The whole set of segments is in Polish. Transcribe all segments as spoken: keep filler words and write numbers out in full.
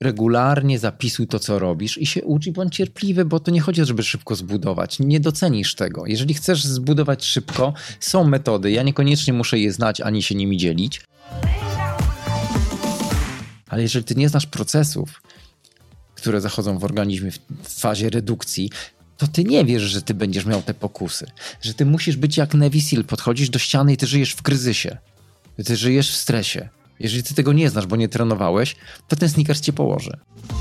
regularnie zapisuj to, co robisz i się ucz i bądź cierpliwy, bo to nie chodzi o to, żeby szybko zbudować. Nie docenisz tego. Jeżeli chcesz zbudować szybko, są metody. Ja niekoniecznie muszę je znać, ani się nimi dzielić. Ale jeżeli ty nie znasz procesów, które zachodzą w organizmie w fazie redukcji, to ty nie wiesz, że ty będziesz miał te pokusy. Że ty musisz być jak Navy Seal, podchodzisz do ściany i ty żyjesz w kryzysie. Ty żyjesz w stresie. Jeżeli ty tego nie znasz, bo nie trenowałeś, to ten sneakers cię położy.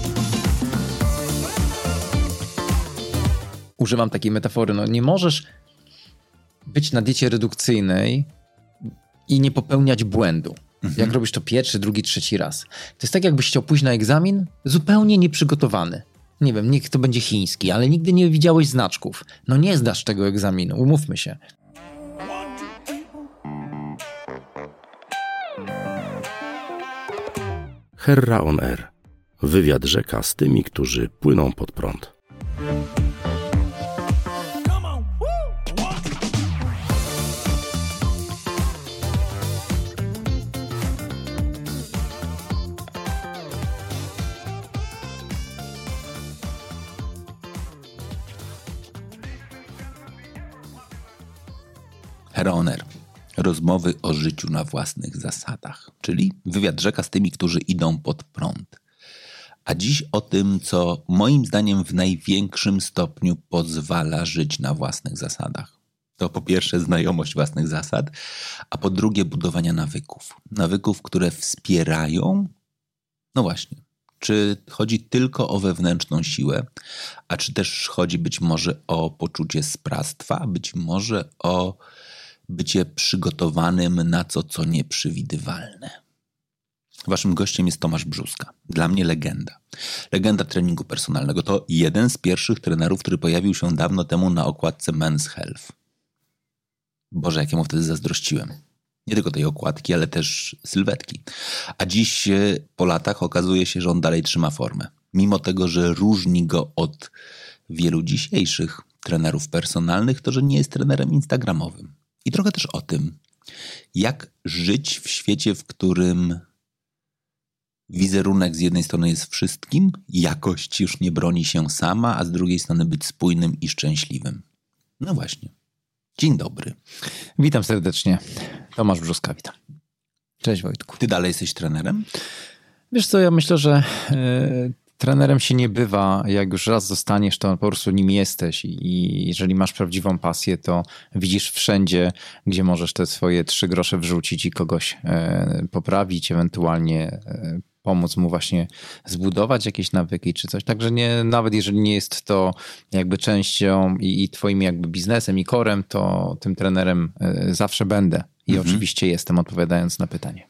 Używam takiej metafory. No nie możesz być na diecie redukcyjnej i nie popełniać błędu. Mhm. Jak robisz to pierwszy, drugi, trzeci raz. To jest tak, jakbyś chciał pójść na egzamin zupełnie nieprzygotowany. Nie wiem, niech to będzie chiński, ale nigdy nie widziałeś znaczków. No nie zdasz tego egzaminu, umówmy się. Herra on Air. Wywiad rzeka z tymi, którzy płyną pod prąd. Herra on Air. Rozmowy o życiu na własnych zasadach, czyli wywiad rzeka z tymi, którzy idą pod prąd. A dziś o tym, co moim zdaniem w największym stopniu pozwala żyć na własnych zasadach. To po pierwsze znajomość własnych zasad, a po drugie budowania nawyków. Nawyków, które wspierają, no właśnie, czy chodzi tylko o wewnętrzną siłę, a czy też chodzi być może o poczucie sprawstwa, być może o bycie przygotowanym na co, co nieprzewidywalne. Waszym gościem jest Tomasz Brzóska. Dla mnie legenda. Legenda treningu personalnego. To jeden z pierwszych trenerów, który pojawił się dawno temu na okładce Men's Health. Boże, jak ja mu wtedy zazdrościłem. Nie tylko tej okładki, ale też sylwetki. A dziś po latach okazuje się, że on dalej trzyma formę. Mimo tego, że różni go od wielu dzisiejszych trenerów personalnych, to że nie jest trenerem instagramowym. I trochę też o tym, jak żyć w świecie, w którym wizerunek z jednej strony jest wszystkim, jakość już nie broni się sama, a z drugiej strony być spójnym i szczęśliwym. No właśnie. Dzień dobry. Witam serdecznie. Tomasz Brzóska, witam. Cześć Wojtku. Ty dalej jesteś trenerem? Wiesz co, ja myślę, że yy, trenerem się nie bywa. Jak już raz zostaniesz, to po prostu nim jesteś i jeżeli masz prawdziwą pasję, to widzisz wszędzie, gdzie możesz te swoje trzy grosze wrzucić i kogoś yy, poprawić, ewentualnie yy, pomóc mu właśnie zbudować jakieś nawyki czy coś. Także nie, nawet jeżeli nie jest to jakby częścią i, i twoim jakby biznesem i korem, to tym trenerem y, zawsze będę. I mhm. oczywiście jestem, odpowiadając na pytanie.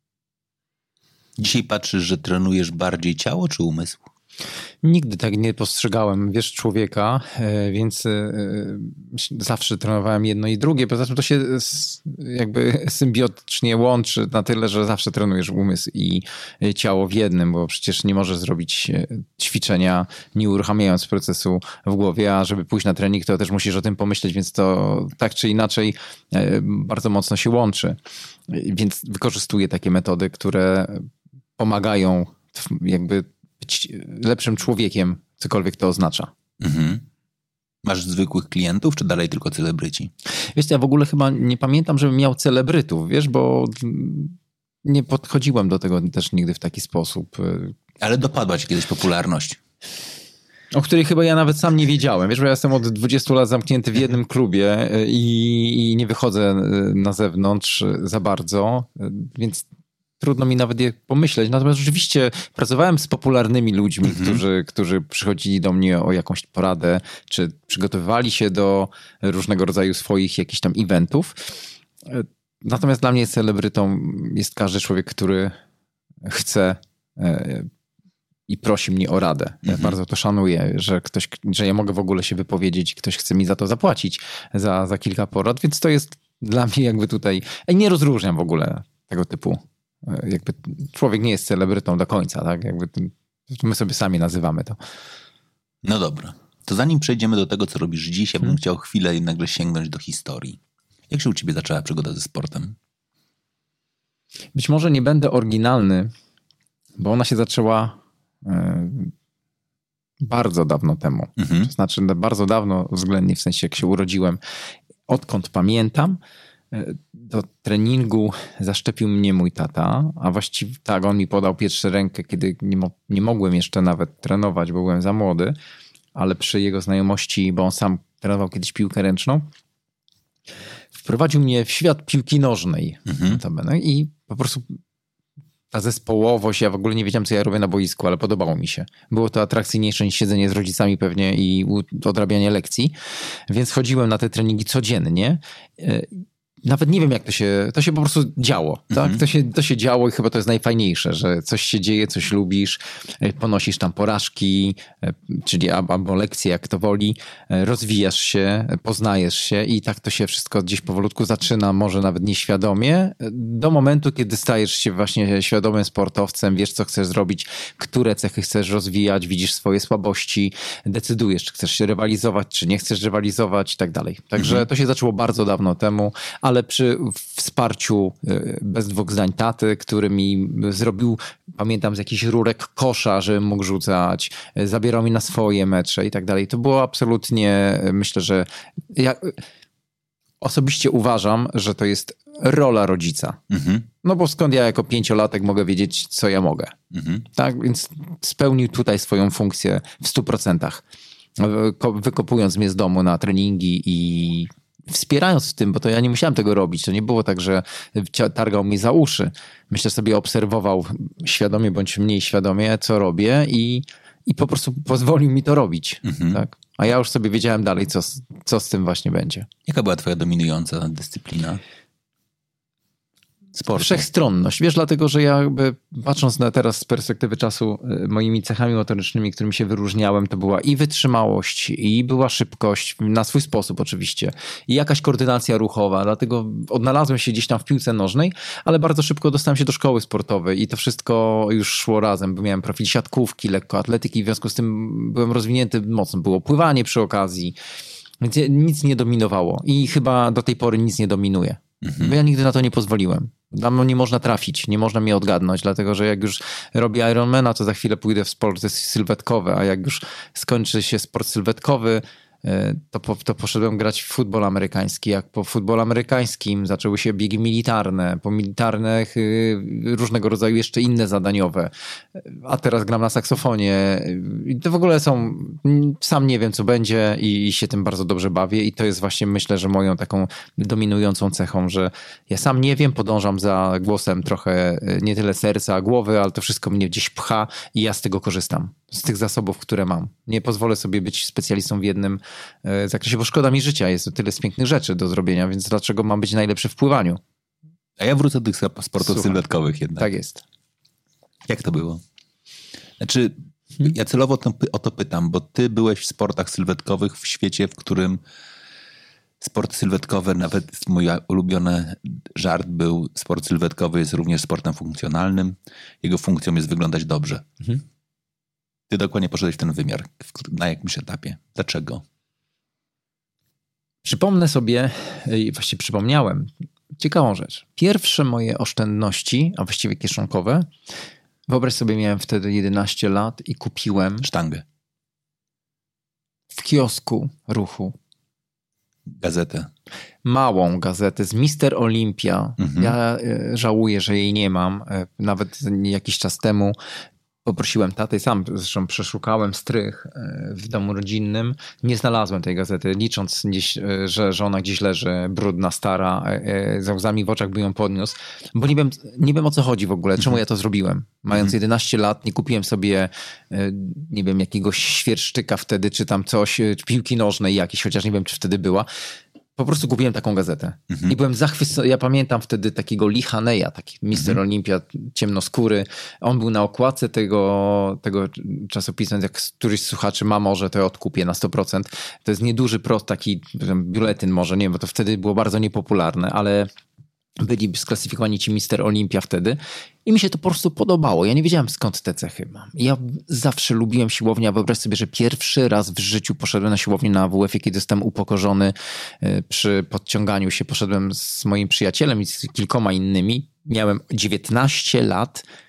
Dzisiaj patrzysz, że trenujesz bardziej ciało czy umysł? Nigdy tak nie postrzegałem, wiesz, człowieka, więc zawsze trenowałem jedno i drugie. Poza tym to się jakby symbiotycznie łączy na tyle, że zawsze trenujesz umysł i ciało w jednym, bo przecież nie możesz zrobić ćwiczenia nie uruchamiając procesu w głowie, a żeby pójść na trening, to też musisz o tym pomyśleć, więc to tak czy inaczej bardzo mocno się łączy. Więc wykorzystuję takie metody, które pomagają jakby być lepszym człowiekiem, cokolwiek to oznacza. Mhm. Masz zwykłych klientów, czy dalej tylko celebryci? Wiesz, ja w ogóle chyba nie pamiętam, żebym miał celebrytów, wiesz, bo nie podchodziłem do tego też nigdy w taki sposób. Ale dopadła ci kiedyś popularność? O której chyba ja nawet sam nie wiedziałem. Wiesz, bo ja jestem od dwudziestu lat zamknięty w jednym klubie i, i nie wychodzę na zewnątrz za bardzo, więc trudno mi nawet je pomyśleć. Natomiast rzeczywiście pracowałem z popularnymi ludźmi, mm-hmm. którzy, którzy przychodzili do mnie o jakąś poradę, czy przygotowywali się do różnego rodzaju swoich jakichś tam eventów. Natomiast dla mnie celebrytą jest każdy człowiek, który chce i prosi mnie o radę. Ja mm-hmm. bardzo to szanuję, że ktoś, że ja mogę w ogóle się wypowiedzieć, ktoś chce mi za to zapłacić, za, za kilka porad, więc to jest dla mnie jakby tutaj... Nie rozróżniam w ogóle tego typu. Jakby człowiek nie jest celebrytą do końca, tak? Jakby my sobie sami nazywamy to. No dobra. To zanim przejdziemy do tego, co robisz dziś, ja bym hmm. chciał chwilę i nagle sięgnąć do historii. Jak się u ciebie zaczęła przygoda ze sportem? Być może nie będę oryginalny, bo ona się zaczęła bardzo dawno temu. Mhm. To znaczy bardzo dawno względnie, w sensie jak się urodziłem. Odkąd pamiętam, do treningu zaszczepił mnie mój tata, a właściwie tak, on mi podał pierwszą rękę, kiedy nie, mo- nie mogłem jeszcze nawet trenować, bo byłem za młody, ale przy jego znajomości, bo on sam trenował kiedyś piłkę ręczną, wprowadził mnie w świat piłki nożnej. Mhm. I po prostu ta zespołowość, ja w ogóle nie wiedziałem, co ja robię na boisku, ale podobało mi się. Było to atrakcyjniejsze niż siedzenie z rodzicami pewnie i odrabianie lekcji, więc chodziłem na te treningi codziennie. Nawet nie wiem, jak to się, to się po prostu działo, tak? Mhm. To się, to się działo i chyba to jest najfajniejsze, że coś się dzieje, coś lubisz, ponosisz tam porażki, czyli albo lekcje, jak to woli, rozwijasz się, poznajesz się i tak to się wszystko gdzieś powolutku zaczyna, może nawet nieświadomie, do momentu, kiedy stajesz się właśnie świadomym sportowcem, wiesz, co chcesz zrobić, które cechy chcesz rozwijać, widzisz swoje słabości, decydujesz, czy chcesz się rywalizować, czy nie chcesz rywalizować i tak dalej. Także Mhm. to się zaczęło bardzo dawno temu, ale przy wsparciu bez dwóch zdań taty, który mi zrobił, pamiętam, z jakichś rurek kosza, żebym mógł rzucać, zabierał mi na swoje mecze i tak dalej. To było absolutnie, myślę, że ja osobiście uważam, że to jest rola rodzica. Mhm. No bo skąd ja jako pięciolatek mogę wiedzieć, co ja mogę. Mhm. Tak, więc spełnił tutaj swoją funkcję w stu procentach. Wykopując mnie z domu na treningi i wspierając w tym, bo to ja nie musiałem tego robić. To nie było tak, że targał mnie za uszy. Myślę, sobie obserwował świadomie bądź mniej świadomie, co robię i, i po prostu pozwolił mi to robić. Mhm. Tak? A ja już sobie wiedziałem dalej, co, co z tym właśnie będzie. Jaka była twoja dominująca dyscyplina? Sportu. Wszechstronność. Wiesz, dlatego, że ja jakby patrząc na teraz z perspektywy czasu, moimi cechami motorycznymi, którymi się wyróżniałem, to była i wytrzymałość, i była szybkość, na swój sposób oczywiście, i jakaś koordynacja ruchowa, dlatego odnalazłem się gdzieś tam w piłce nożnej, ale bardzo szybko dostałem się do szkoły sportowej i to wszystko już szło razem, bo miałem profil siatkówki, lekkoatletyki, w związku z tym byłem rozwinięty mocno, było pływanie przy okazji, więc nic nie dominowało i chyba do tej pory nic nie dominuje. Mhm. Bo ja nigdy na to nie pozwoliłem. Tam nie można trafić, nie można mnie odgadnąć, dlatego że jak już robię Ironmana, to za chwilę pójdę w sport sylwetkowy, a jak już skończy się sport sylwetkowy, to, po, to poszedłem grać w futbol amerykański. Jak po futbolu amerykańskim zaczęły się biegi militarne, po militarnych różnego rodzaju jeszcze inne zadaniowe, a teraz gram na saksofonie. I to w ogóle są, sam nie wiem co będzie i, i się tym bardzo dobrze bawię i to jest właśnie, myślę, że moją taką dominującą cechą, że ja sam nie wiem, podążam za głosem trochę nie tyle serca, a głowy, ale to wszystko mnie gdzieś pcha i ja z tego korzystam. Z tych zasobów, które mam. Nie pozwolę sobie być specjalistą w jednym zakresie, bo szkoda mi życia. Jest tyle z pięknych rzeczy do zrobienia, więc dlaczego mam być najlepszy w pływaniu? A ja wrócę do tych sportów Słucham. sylwetkowych jednak. Tak jest. Jak to było? Znaczy, hmm? ja celowo to, o to pytam, bo ty byłeś w sportach sylwetkowych w świecie, w którym sport sylwetkowy, nawet mój ulubiony żart był, sport sylwetkowy jest również sportem funkcjonalnym. Jego funkcją jest wyglądać dobrze. Hmm? Ty dokładnie poszedłeś w ten wymiar. Na jakimś etapie. Dlaczego? Przypomnę sobie, właściwie przypomniałem, ciekawą rzecz. Pierwsze moje oszczędności, a właściwie kieszonkowe, wyobraź sobie, miałem wtedy jedenaście lat i kupiłem sztangę w kiosku Ruchu. Gazetę. Małą gazetę z Mister Olympia. Mhm. Ja żałuję, że jej nie mam. Nawet jakiś czas temu poprosiłem tatę, sam zresztą przeszukałem strych w domu rodzinnym. Nie znalazłem tej gazety, licząc gdzieś, że, że ona gdzieś leży, brudna, stara, ze łzami w oczach by ją podniósł. Bo nie wiem, nie wiem o co chodzi w ogóle, czemu ja to zrobiłem. Mając jedenaście lat, nie kupiłem sobie, nie wiem, jakiegoś świerszczyka wtedy, czy tam coś, piłki nożnej jakiejś, chociaż nie wiem, czy wtedy była. Po prostu kupiłem taką gazetę. Mhm. I byłem zachwycony. Ja pamiętam wtedy takiego Lee Haneya, taki Mister Mhm. Olympia, ciemnoskóry. On był na okładce tego, tego czasopisma, jak któryś z słuchaczy ma może, to ja odkupię na sto procent. To jest nieduży prost, taki biuletyn może, nie wiem, bo to wtedy było bardzo niepopularne, ale byli sklasyfikowani ci Mister Olympia wtedy i mi się to po prostu podobało. Ja nie wiedziałem, skąd te cechy mam. Ja zawsze lubiłem siłownię, a wyobraź sobie, że pierwszy raz w życiu poszedłem na siłownię na A W F-ie, kiedy zostałem upokorzony przy podciąganiu się. Poszedłem z moim przyjacielem i z kilkoma innymi. Miałem dziewiętnaście lat.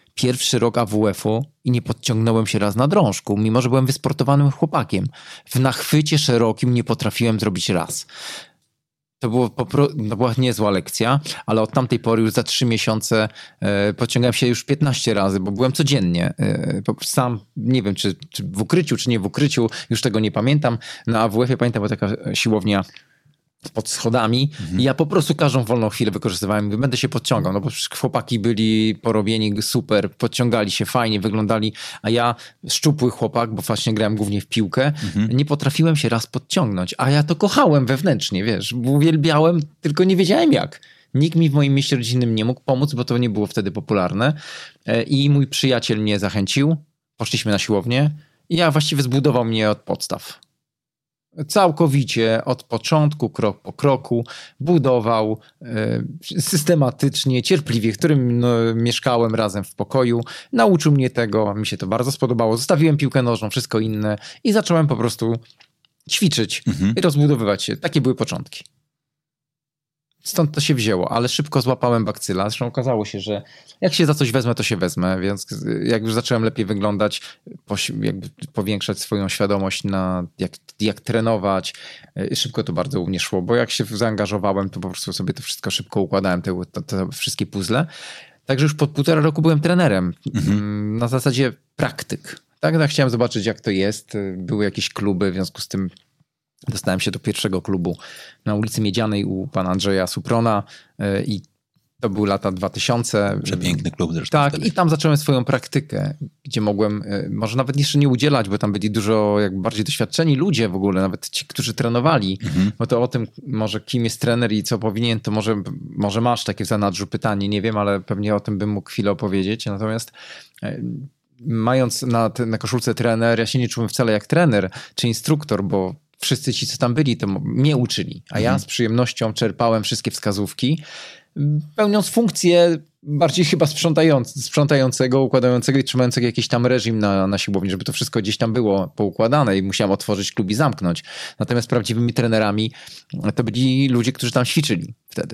pierwszy rok A W F-u i nie podciągnąłem się raz na drążku, mimo że byłem wysportowanym chłopakiem. W nachwycie szerokim nie potrafiłem zrobić raz. To, było popro... to była niezła lekcja, ale od tamtej pory już za trzy miesiące e, podciągałem się już piętnaście razy, bo byłem codziennie. E, sam nie wiem, czy, czy w ukryciu, czy nie w ukryciu, już tego nie pamiętam. Na A W F-ie pamiętam, była taka siłownia pod schodami mhm. i ja po prostu każdą wolną chwilę wykorzystywałem i będę się podciągał, no bo chłopaki byli porobieni super, podciągali się fajnie, wyglądali, a ja szczupły chłopak, bo właśnie grałem głównie w piłkę, mhm. nie potrafiłem się raz podciągnąć, a ja to kochałem wewnętrznie, wiesz, uwielbiałem, tylko nie wiedziałem jak. Nikt mi w moim mieście rodzinnym nie mógł pomóc, bo to nie było wtedy popularne i mój przyjaciel mnie zachęcił, poszliśmy na siłownię i ja właściwie zbudował mnie od podstaw. Całkowicie od początku, krok po kroku, budował y, systematycznie, cierpliwie, w którym no, mieszkałem razem w pokoju. Nauczył mnie tego, mi się to bardzo spodobało. Zostawiłem piłkę nożną, wszystko inne i zacząłem po prostu ćwiczyć mhm. i rozbudowywać się. Takie były początki. Stąd to się wzięło, ale szybko złapałem bakcyla. Zresztą okazało się, że jak się za coś wezmę, to się wezmę, więc jak już zacząłem lepiej wyglądać, jakby powiększać swoją świadomość na jak, jak trenować, szybko to bardzo u mnie szło, bo jak się zaangażowałem, to po prostu sobie to wszystko szybko układałem, te, te, te wszystkie puzzle. Także już po półtora roku byłem trenerem, mhm. na zasadzie praktyk. Tak, tak, chciałem zobaczyć, jak to jest. Były jakieś kluby, w związku z tym dostałem się do pierwszego klubu na ulicy Miedzianej u pana Andrzeja Suprona i to były lata dwa tysiące. Przepiękny klub zresztą. Tak, wtedy. i tam zacząłem swoją praktykę, gdzie mogłem może nawet jeszcze nie udzielać, bo tam byli dużo jakby bardziej doświadczeni ludzie w ogóle, nawet ci, którzy trenowali. Mhm. Bo to o tym może kim jest trener i co powinien, to może, może masz takie w zanadrzu pytanie, nie wiem, ale pewnie o tym bym mógł chwilę opowiedzieć. Natomiast mając na, na koszulce trener, ja się nie czułem wcale jak trener czy instruktor, bo wszyscy ci, co tam byli, to mnie uczyli, a ja z przyjemnością czerpałem wszystkie wskazówki, pełniąc funkcję bardziej chyba sprzątając, sprzątającego, układającego i trzymającego jakiś tam reżim na, na siłowni, żeby to wszystko gdzieś tam było poukładane i musiałem otworzyć klub i zamknąć. Natomiast prawdziwymi trenerami to byli ludzie, którzy tam ćwiczyli wtedy.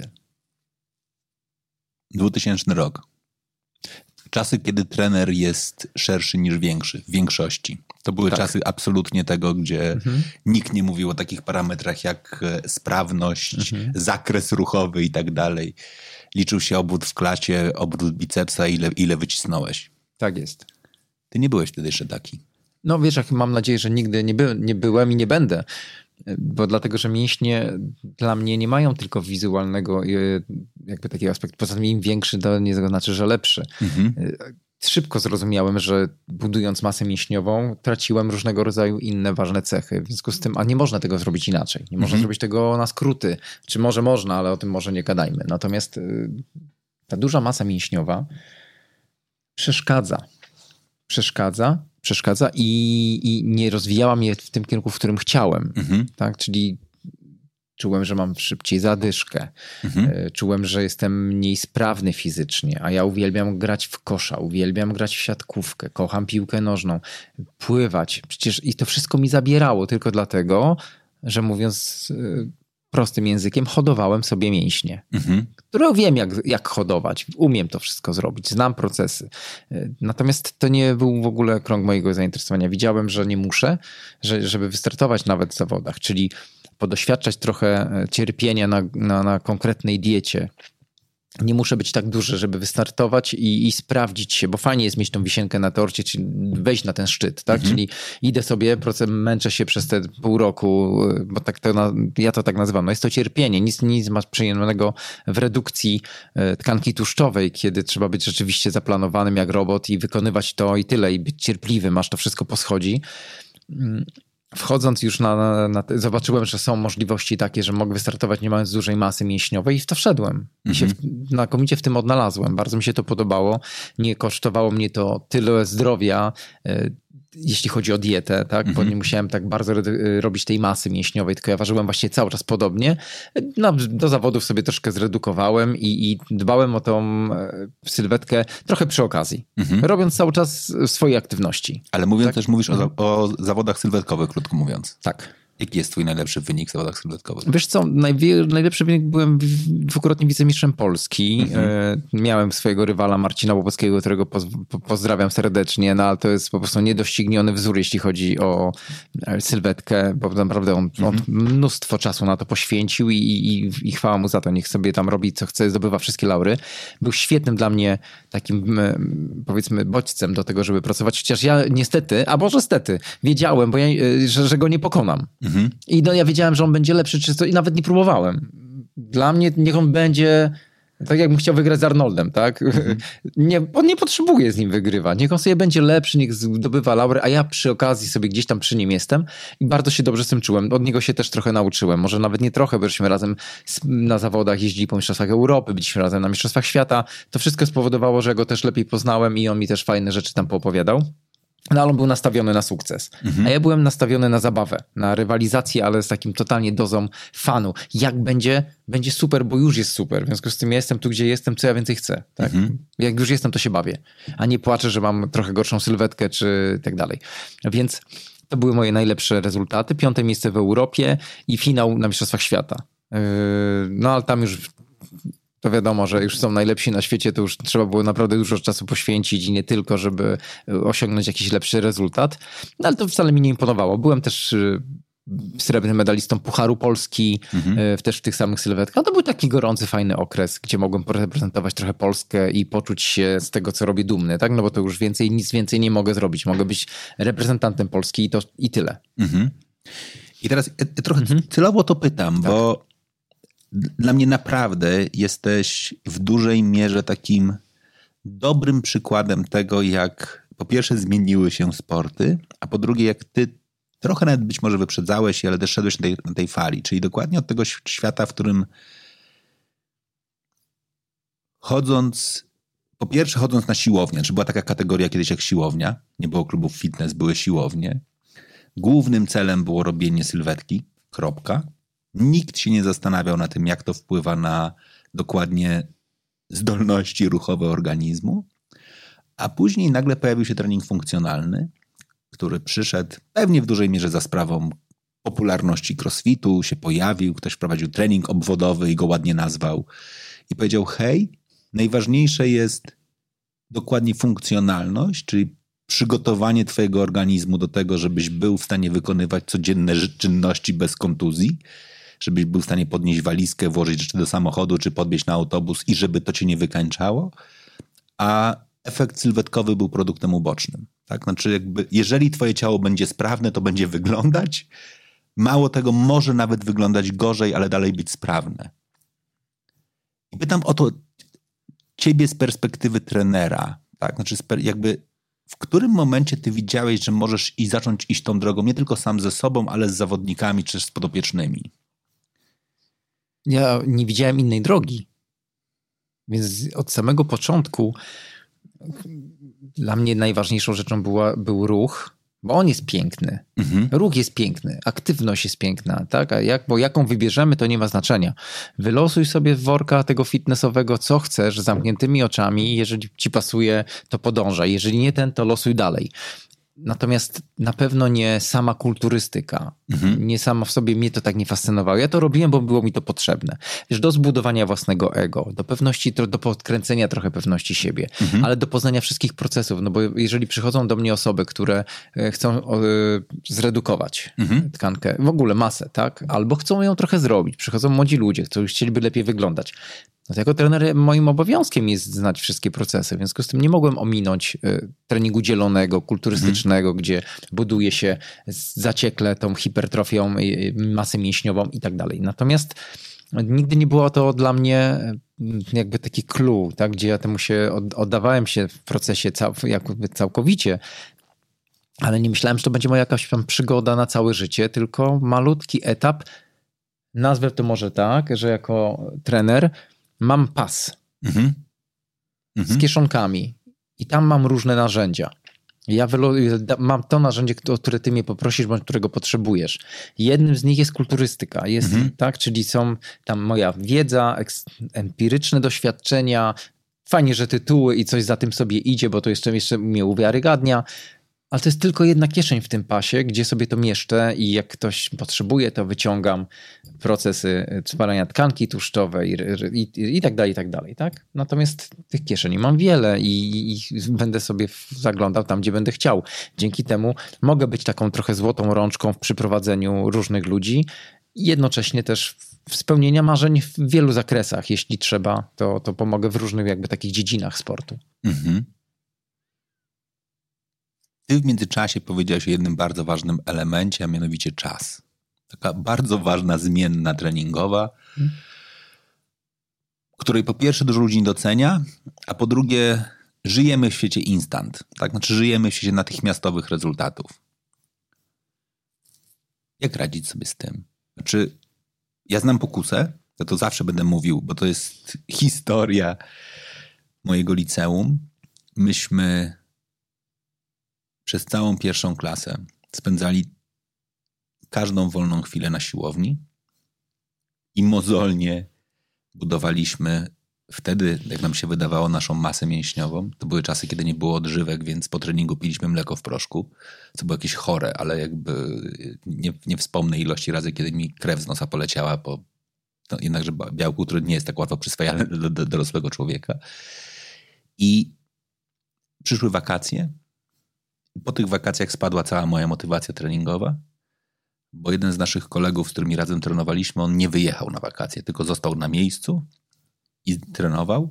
dwutysięczny rok. Czasy, kiedy trener jest szerszy niż większy, w większości. To były tak. czasy absolutnie tego, gdzie mhm. nikt nie mówił o takich parametrach jak sprawność, mhm. zakres ruchowy i tak dalej. Liczył się obwód w klacie, obwód bicepsa, ile, ile wycisnąłeś. Tak jest. Ty nie byłeś wtedy jeszcze taki. No wiesz, jak mam nadzieję, że nigdy nie, by, nie byłem i nie będę. Bo dlatego, że mięśnie dla mnie nie mają tylko wizualnego jakby takiego aspektu. Poza tym im większy, to nie znaczy, że lepszy. Mhm. Szybko zrozumiałem, że budując masę mięśniową traciłem różnego rodzaju inne ważne cechy. W związku z tym, a nie można tego zrobić inaczej. Nie można mhm. zrobić tego na skróty. Czy może można, ale o tym może nie gadajmy. Natomiast ta duża masa mięśniowa przeszkadza. Przeszkadza. przeszkadza i, i nie rozwijała mnie w tym kierunku, w którym chciałem. Mhm. Tak? Czyli czułem, że mam szybciej zadyszkę. Mhm. Czułem, że jestem mniej sprawny fizycznie, a ja uwielbiam grać w kosza, uwielbiam grać w siatkówkę, kocham piłkę nożną, pływać. Przecież i to wszystko mi zabierało tylko dlatego, że mówiąc prostym językiem, hodowałem sobie mięśnie, mhm. które wiem jak, jak hodować. Umiem to wszystko zrobić, znam procesy. Natomiast to nie był w ogóle krąg mojego zainteresowania. Widziałem, że nie muszę, że, żeby wystartować nawet w zawodach, czyli podoświadczać trochę cierpienia na, na, na konkretnej diecie. Nie muszę być tak duży, żeby wystartować i, i sprawdzić się, bo fajnie jest mieć tą wisienkę na torcie, czyli wejść na ten szczyt, tak? Mhm. Czyli idę sobie, męczę się przez te pół roku, bo tak to na, ja to tak nazywam. No jest to cierpienie, nic, nic masz przyjemnego w redukcji tkanki tłuszczowej, kiedy trzeba być rzeczywiście zaplanowanym jak robot i wykonywać to i tyle, i być cierpliwym, aż to wszystko poschodzi. Wchodząc już na, na, na te, zobaczyłem, że są możliwości takie, że mogę wystartować nie mając dużej masy mięśniowej i w to wszedłem. I mm-hmm. się w, znakomicie w tym odnalazłem. Bardzo mi się to podobało. Nie kosztowało mnie to tyle zdrowia, y, jeśli chodzi o dietę, tak? Mm-hmm. Bo nie musiałem tak bardzo re- robić tej masy mięśniowej, tylko ja ważyłem właśnie cały czas podobnie. No, do zawodów sobie troszkę zredukowałem i, i dbałem o tą sylwetkę trochę przy okazji, mm-hmm. robiąc cały czas swoje aktywności. Ale mówiąc tak? też mówisz o, o zawodach sylwetkowych, krótko mówiąc. Tak. Jaki jest twój najlepszy wynik w zawodach sylwetkowych? Wiesz co, najwie, najlepszy wynik byłem dwukrotnie wicemistrzem Polski. Mhm. E, miałem swojego rywala Marcina Łopowskiego, którego poz, po, pozdrawiam serdecznie, no ale to jest po prostu niedościgniony wzór, jeśli chodzi o sylwetkę, bo naprawdę on, mhm. on mnóstwo czasu na to poświęcił i, i, i chwała mu za to. Niech sobie tam robi co chce, zdobywa wszystkie laury. Był świetnym dla mnie takim, powiedzmy, bodźcem do tego, żeby pracować, chociaż ja niestety, a może stety, wiedziałem, bo ja, że, że go nie pokonam. Mhm. I no ja wiedziałem, że on będzie lepszy, czy co, i nawet nie próbowałem. Dla mnie niech on będzie tak, jakbym chciał wygrać z Arnoldem, tak? Mhm. Nie, on nie potrzebuje z nim wygrywać. Niech on sobie będzie lepszy, niech zdobywa laury, a ja przy okazji sobie gdzieś tam przy nim jestem i bardzo się dobrze z tym czułem. Od niego się też trochę nauczyłem. Może nawet nie trochę, bo żeśmy razem na zawodach jeździli po Mistrzostwach Europy, byliśmy razem na Mistrzostwach Świata. To wszystko spowodowało, że go też lepiej poznałem i on mi też fajne rzeczy tam poopowiadał. No ale on był nastawiony na sukces. Mhm. A ja byłem nastawiony na zabawę, na rywalizację, ale z takim totalnie dozą fanu. Jak będzie, będzie super, bo już jest super. W związku z tym ja jestem tu, gdzie jestem, co ja więcej chcę. Tak? Mhm. Jak już jestem, to się bawię. A nie płaczę, że mam trochę gorszą sylwetkę, czy tak dalej. Więc to były moje najlepsze rezultaty. Piąte miejsce w Europie i finał na Mistrzostwach Świata. No ale tam już... To wiadomo, że już są najlepsi na świecie, to już trzeba było naprawdę dużo czasu poświęcić i nie tylko, żeby osiągnąć jakiś lepszy rezultat. No ale to wcale mi nie imponowało. Byłem też srebrnym medalistą Pucharu Polski, mhm. też w tych samych sylwetkach. No to był taki gorący, fajny okres, gdzie mogłem reprezentować trochę Polskę i poczuć się z tego, co robię, dumny, tak? No bo to już więcej, nic więcej nie mogę zrobić. Mogę być reprezentantem Polski i to i tyle. Mhm. I teraz ja trochę mhm. celowo to pytam, tak. bo dla mnie naprawdę jesteś w dużej mierze takim dobrym przykładem tego, jak po pierwsze zmieniły się sporty, a po drugie jak ty trochę nawet być może wyprzedzałeś je, ale też szedłeś na tej, na tej fali. Czyli dokładnie od tego świata, w którym chodząc, po pierwsze chodząc na siłownię, czy była taka kategoria kiedyś jak siłownia, nie było klubów fitness, były siłownie. Głównym celem było robienie sylwetki, kropka. Nikt się nie zastanawiał na tym, jak to wpływa na dokładnie zdolności ruchowe organizmu, a później nagle pojawił się trening funkcjonalny, który przyszedł pewnie w dużej mierze za sprawą popularności crossfitu, się pojawił, ktoś wprowadził trening obwodowy i go ładnie nazwał i powiedział, hej, najważniejsze jest dokładnie funkcjonalność, czyli przygotowanie twojego organizmu do tego, żebyś był w stanie wykonywać codzienne czynności bez kontuzji, żebyś był w stanie podnieść walizkę, włożyć rzeczy do samochodu, czy podbiec na autobus i żeby to cię nie wykańczało, a efekt sylwetkowy był produktem ubocznym. Tak? Znaczy jakby, jeżeli twoje ciało będzie sprawne, to będzie wyglądać, mało tego, może nawet wyglądać gorzej, ale dalej być sprawne. I pytam o to ciebie z perspektywy trenera, tak? Znaczy jakby w którym momencie ty widziałeś, że możesz i zacząć iść tą drogą, nie tylko sam ze sobą, ale z zawodnikami czy z podopiecznymi? Ja nie widziałem innej drogi. Więc od samego początku dla mnie najważniejszą rzeczą była, był ruch, bo on jest piękny. Mhm. Ruch jest piękny, aktywność jest piękna, tak? A jak, bo jaką wybierzemy, to nie ma znaczenia. Wylosuj sobie z worka tego fitnessowego, co chcesz, z zamkniętymi oczami. Jeżeli ci pasuje, to podążaj. Jeżeli nie ten, to losuj dalej. Natomiast na pewno nie sama kulturystyka. Mhm. Nie sama w sobie mnie to tak nie fascynowało. Ja to robiłem, bo było mi to potrzebne. Wiesz, do zbudowania własnego ego, do pewności, do podkręcenia trochę pewności siebie, mhm. ale do poznania wszystkich procesów. No bo jeżeli przychodzą do mnie osoby, które chcą zredukować mhm. tkankę, w ogóle masę, tak? Albo chcą ją trochę zrobić. Przychodzą młodzi ludzie, którzy chcieliby lepiej wyglądać. No to jako trener moim obowiązkiem jest znać wszystkie procesy. W związku z tym nie mogłem ominąć y, treningu dzielonego, kulturystycznego, mhm. gdzie buduje się zaciekle tą hipertrofią, y, masę mięśniową i tak dalej. Natomiast nigdy nie było to dla mnie jakby taki clue, tak, gdzie ja temu się od, oddawałem się w procesie cał, jakby całkowicie, ale nie myślałem, że to będzie moja jakaś tam przygoda na całe życie, tylko malutki etap. Nazwę to może tak, że jako trener mam pas mhm. z kieszonkami i tam mam różne narzędzia. Ja mam to narzędzie, o które ty mnie poprosisz, bądź którego potrzebujesz. Jednym z nich jest kulturystyka, jest, mhm. tak, czyli są tam moja wiedza, empiryczne doświadczenia. Fajnie, że tytuły i coś za tym sobie idzie, bo to jeszcze, jeszcze mnie uwiarygadnia. Ale to jest tylko jedna kieszeń w tym pasie, gdzie sobie to mieszczę i jak ktoś potrzebuje, to wyciągam procesy spalania tkanki tłuszczowej i, i, i tak dalej, i tak dalej, tak? Natomiast tych kieszeni mam wiele i, i będę sobie zaglądał tam, gdzie będę chciał. Dzięki temu mogę być taką trochę złotą rączką w przyprowadzeniu różnych ludzi i jednocześnie też w spełnienia marzeń w wielu zakresach. Jeśli trzeba, to, to pomogę w różnych jakby takich dziedzinach sportu. Mhm. Ty w międzyczasie powiedziałeś o jednym bardzo ważnym elemencie, a mianowicie czas. Taka bardzo ważna zmienna treningowa, hmm. której po pierwsze dużo ludzi nie docenia, a po drugie żyjemy w świecie instant. Tak? Znaczy żyjemy w świecie natychmiastowych rezultatów. Jak radzić sobie z tym? Znaczy, ja znam pokusę, to to zawsze będę mówił, bo to jest historia mojego liceum. Myśmy przez całą pierwszą klasę spędzali każdą wolną chwilę na siłowni i mozolnie budowaliśmy wtedy, jak nam się wydawało, naszą masę mięśniową. To były czasy, kiedy nie było odżywek, więc po treningu piliśmy mleko w proszku, co było jakieś chore, ale jakby nie, nie wspomnę ilości razy, kiedy mi krew z nosa poleciała, bo no, jednakże białku, które nie jest tak łatwo przyswajalne do, do, do dorosłego człowieka. I przyszły wakacje. Po tych wakacjach spadła cała moja motywacja treningowa, bo jeden z naszych kolegów, z którymi razem trenowaliśmy, on nie wyjechał na wakacje, tylko został na miejscu i trenował.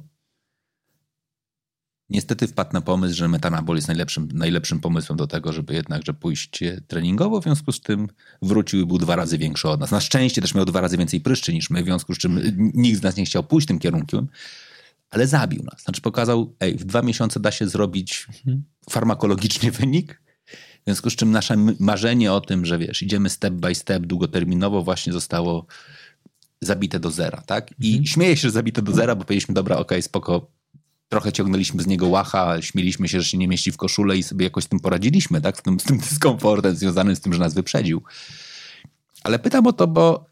Niestety wpadł na pomysł, że metanabol jest najlepszym, najlepszym pomysłem do tego, żeby jednakże pójść treningowo, w związku z tym wrócił i był dwa razy większy od nas. Na szczęście też miał dwa razy więcej pryszczy niż my, w związku z czym nikt z nas nie chciał pójść tym kierunkiem, ale zabił nas. Znaczy pokazał, ej, w dwa miesiące da się zrobić mhm. farmakologiczny wynik, w związku z czym nasze marzenie o tym, że wiesz, idziemy step by step długoterminowo właśnie zostało zabite do zera, tak? I mhm. śmieję się, że zabite do zera, bo powiedzieliśmy, dobra, okej, okay, spoko, trochę ciągnęliśmy z niego łacha, śmieliśmy się, że się nie mieści w koszule i sobie jakoś z tym poradziliśmy, tak? Z tym, z tym dyskomfortem związanym z tym, że nas wyprzedził. Ale pytam o to, bo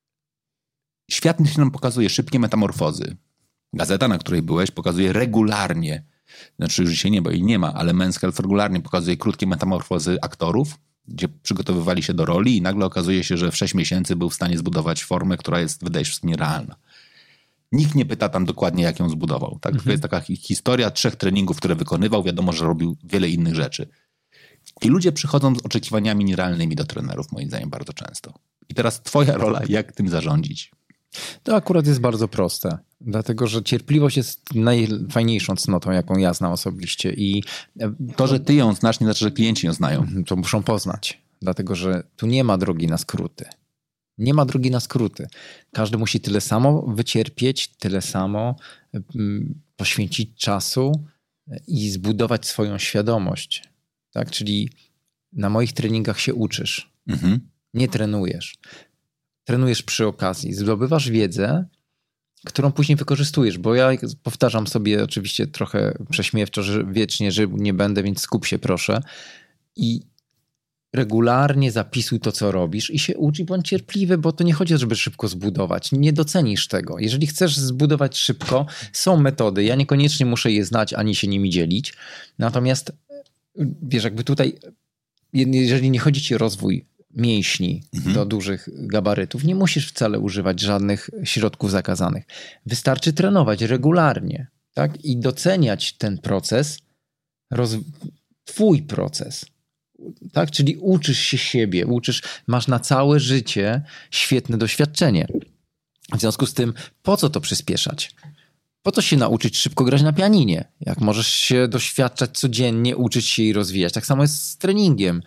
świat się nam pokazuje szybkie metamorfozy. Gazeta, na której byłeś, pokazuje regularnie, znaczy już dzisiaj nie, bo jej nie ma, ale Men's Health regularnie pokazuje krótkie metamorfozy aktorów, gdzie przygotowywali się do roli i nagle okazuje się, że w sześć miesięcy był w stanie zbudować formę, która jest, wydaje się, nierealna. Nikt nie pyta tam dokładnie, jak ją zbudował. Tak? Mhm. To jest taka historia trzech treningów, które wykonywał. Wiadomo, że robił wiele innych rzeczy. I ludzie przychodzą z oczekiwaniami nierealnymi do trenerów, moim zdaniem, bardzo często. I teraz twoja rola, jak tym zarządzić? To akurat jest bardzo proste, dlatego że cierpliwość jest najfajniejszą cnotą, jaką ja znam osobiście. I to, że ty ją znasz, nie znaczy, że klienci ją znają. To muszą poznać, dlatego że tu nie ma drogi na skróty. Nie ma drogi na skróty. Każdy musi tyle samo wycierpieć, tyle samo poświęcić czasu i zbudować swoją świadomość. Tak? Czyli na moich treningach się uczysz, mhm. nie trenujesz. Trenujesz przy okazji, zdobywasz wiedzę, którą później wykorzystujesz, bo ja powtarzam sobie oczywiście trochę prześmiewczo, że wiecznie żył nie będę, więc skup się proszę i regularnie zapisuj to, co robisz i się ucz i bądź cierpliwy, bo to nie chodzi o to, żeby szybko zbudować. Nie docenisz tego. Jeżeli chcesz zbudować szybko, są metody. Ja niekoniecznie muszę je znać, ani się nimi dzielić. Natomiast wiesz, jakby tutaj, jeżeli nie chodzi ci o rozwój mięśni mhm. do dużych gabarytów, nie musisz wcale używać żadnych środków zakazanych. Wystarczy trenować regularnie, tak? I doceniać ten proces, roz... twój proces. Tak? Czyli uczysz się siebie, uczysz, masz na całe życie świetne doświadczenie. W związku z tym, po co to przyspieszać? Po co się nauczyć szybko grać na pianinie? Jak możesz się doświadczać codziennie, uczyć się i rozwijać. Tak samo jest z treningiem.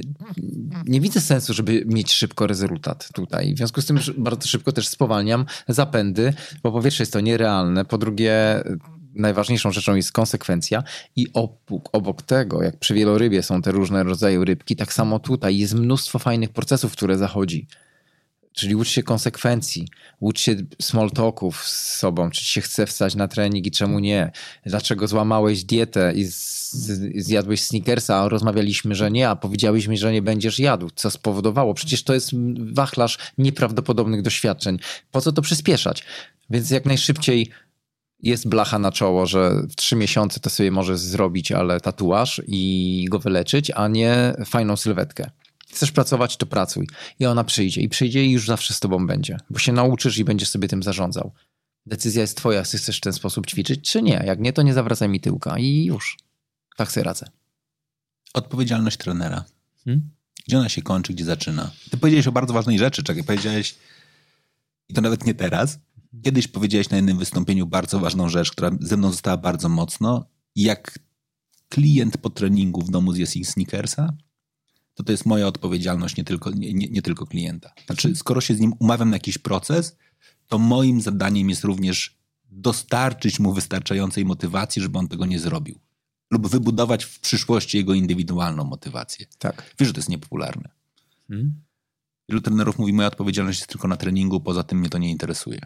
Nie widzę sensu, żeby mieć szybko rezultat tutaj. W związku z tym bardzo szybko też spowalniam zapędy, bo po pierwsze jest to nierealne, po drugie najważniejszą rzeczą jest konsekwencja i obok, obok tego, jak przy wielorybie są te różne rodzaje rybki, tak samo tutaj jest mnóstwo fajnych procesów, które zachodzi. Czyli ucz się konsekwencji, ucz się small talków z sobą, czy ci się chce wstać na trening i czemu nie. Dlaczego złamałeś dietę i z, zjadłeś Snickersa, a rozmawialiśmy, że nie, a powiedziałeś mi, że nie będziesz jadł. Co spowodowało? Przecież to jest wachlarz nieprawdopodobnych doświadczeń. Po co to przyspieszać? Więc jak najszybciej jest blacha na czoło, że w trzy miesiące to sobie możesz zrobić, ale tatuaż i go wyleczyć, a nie fajną sylwetkę. Chcesz pracować, to pracuj. I ona przyjdzie. I przyjdzie i już zawsze z tobą będzie. Bo się nauczysz i będziesz sobie tym zarządzał. Decyzja jest twoja, czy chcesz w ten sposób ćwiczyć, czy nie. Jak nie, to nie zawracaj mi tyłka. I już. Tak sobie radzę. Odpowiedzialność trenera. Hmm? Gdzie ona się kończy, gdzie zaczyna? Ty powiedziałeś o bardzo ważnej rzeczy. Czekaj, powiedziałeś, i to nawet nie teraz, kiedyś powiedziałeś na jednym wystąpieniu bardzo ważną rzecz, która ze mną została bardzo mocno. Jak klient po treningu w domu zje Snickersa, to to jest moja odpowiedzialność, nie tylko, nie, nie, nie tylko klienta. Znaczy, skoro się z nim umawiam na jakiś proces, to moim zadaniem jest również dostarczyć mu wystarczającej motywacji, żeby on tego nie zrobił. Lub wybudować w przyszłości jego indywidualną motywację. Tak. Wiesz, że to jest niepopularne. Hmm? Wielu trenerów mówi, moja odpowiedzialność jest tylko na treningu, poza tym mnie to nie interesuje.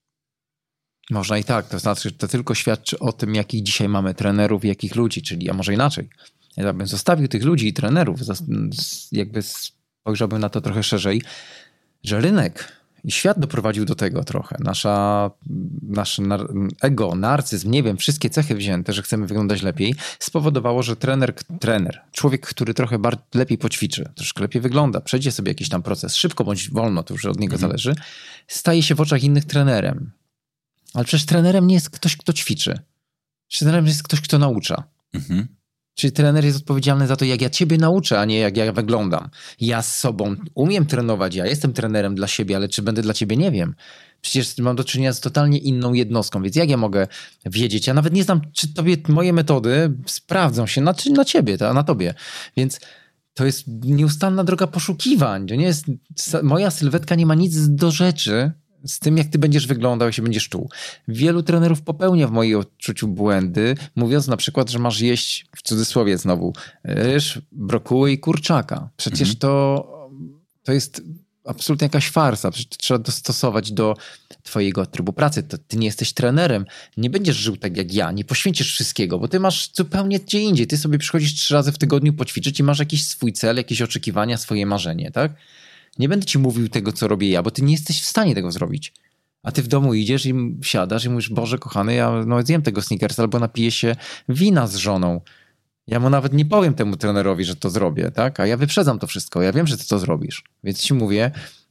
Można i tak. To znaczy, to tylko świadczy o tym, jakich dzisiaj mamy trenerów i jakich ludzi, czyli, a może inaczej. Ja bym zostawił tych ludzi i trenerów, jakby spojrzałbym na to trochę szerzej, że rynek i świat doprowadził do tego trochę. Nasza, nasze ego, narcyzm, nie wiem, wszystkie cechy wzięte, że chcemy wyglądać lepiej, spowodowało, że trener, trener, człowiek, który trochę bardziej, lepiej poćwiczy, troszkę lepiej wygląda, przejdzie sobie jakiś tam proces, szybko bądź wolno, to już od niego mhm. zależy, staje się w oczach innych trenerem. Ale przecież trenerem nie jest ktoś, kto ćwiczy. Trenerem jest ktoś, kto naucza. Mhm. Czyli trener jest odpowiedzialny za to, jak ja ciebie nauczę, a nie jak ja wyglądam. Ja z sobą umiem trenować, ja jestem trenerem dla siebie, ale czy będę dla ciebie, nie wiem. Przecież mam do czynienia z totalnie inną jednostką, więc jak ja mogę wiedzieć? Ja nawet nie znam, czy tobie moje metody sprawdzą się na, na ciebie, na tobie. Więc to jest nieustanna droga poszukiwań. To nie jest, moja sylwetka nie ma nic do rzeczy z tym, jak ty będziesz wyglądał, jak się będziesz czuł. Wielu trenerów popełnia w moim odczuciu błędy, mówiąc na przykład, że masz jeść, w cudzysłowie znowu, ryż, brokuły i kurczaka. Przecież mhm. to, to jest absolutnie jakaś farsa. Przecież to trzeba dostosować do twojego trybu pracy. To ty nie jesteś trenerem. Nie będziesz żył tak jak ja. Nie poświęcisz wszystkiego, bo ty masz zupełnie gdzie indziej. Ty sobie przychodzisz trzy razy w tygodniu poćwiczyć i masz jakiś swój cel, jakieś oczekiwania, swoje marzenie, tak? Nie będę ci mówił tego, co robię ja, bo ty nie jesteś w stanie tego zrobić. A ty w domu idziesz i siadasz i mówisz, Boże kochany, ja no, zjem tego Snickersa albo napiję się wina z żoną. Ja mu nawet nie powiem temu trenerowi, że to zrobię, tak? A ja wyprzedzam to wszystko. Ja wiem, że ty to zrobisz. Więc ci mówię,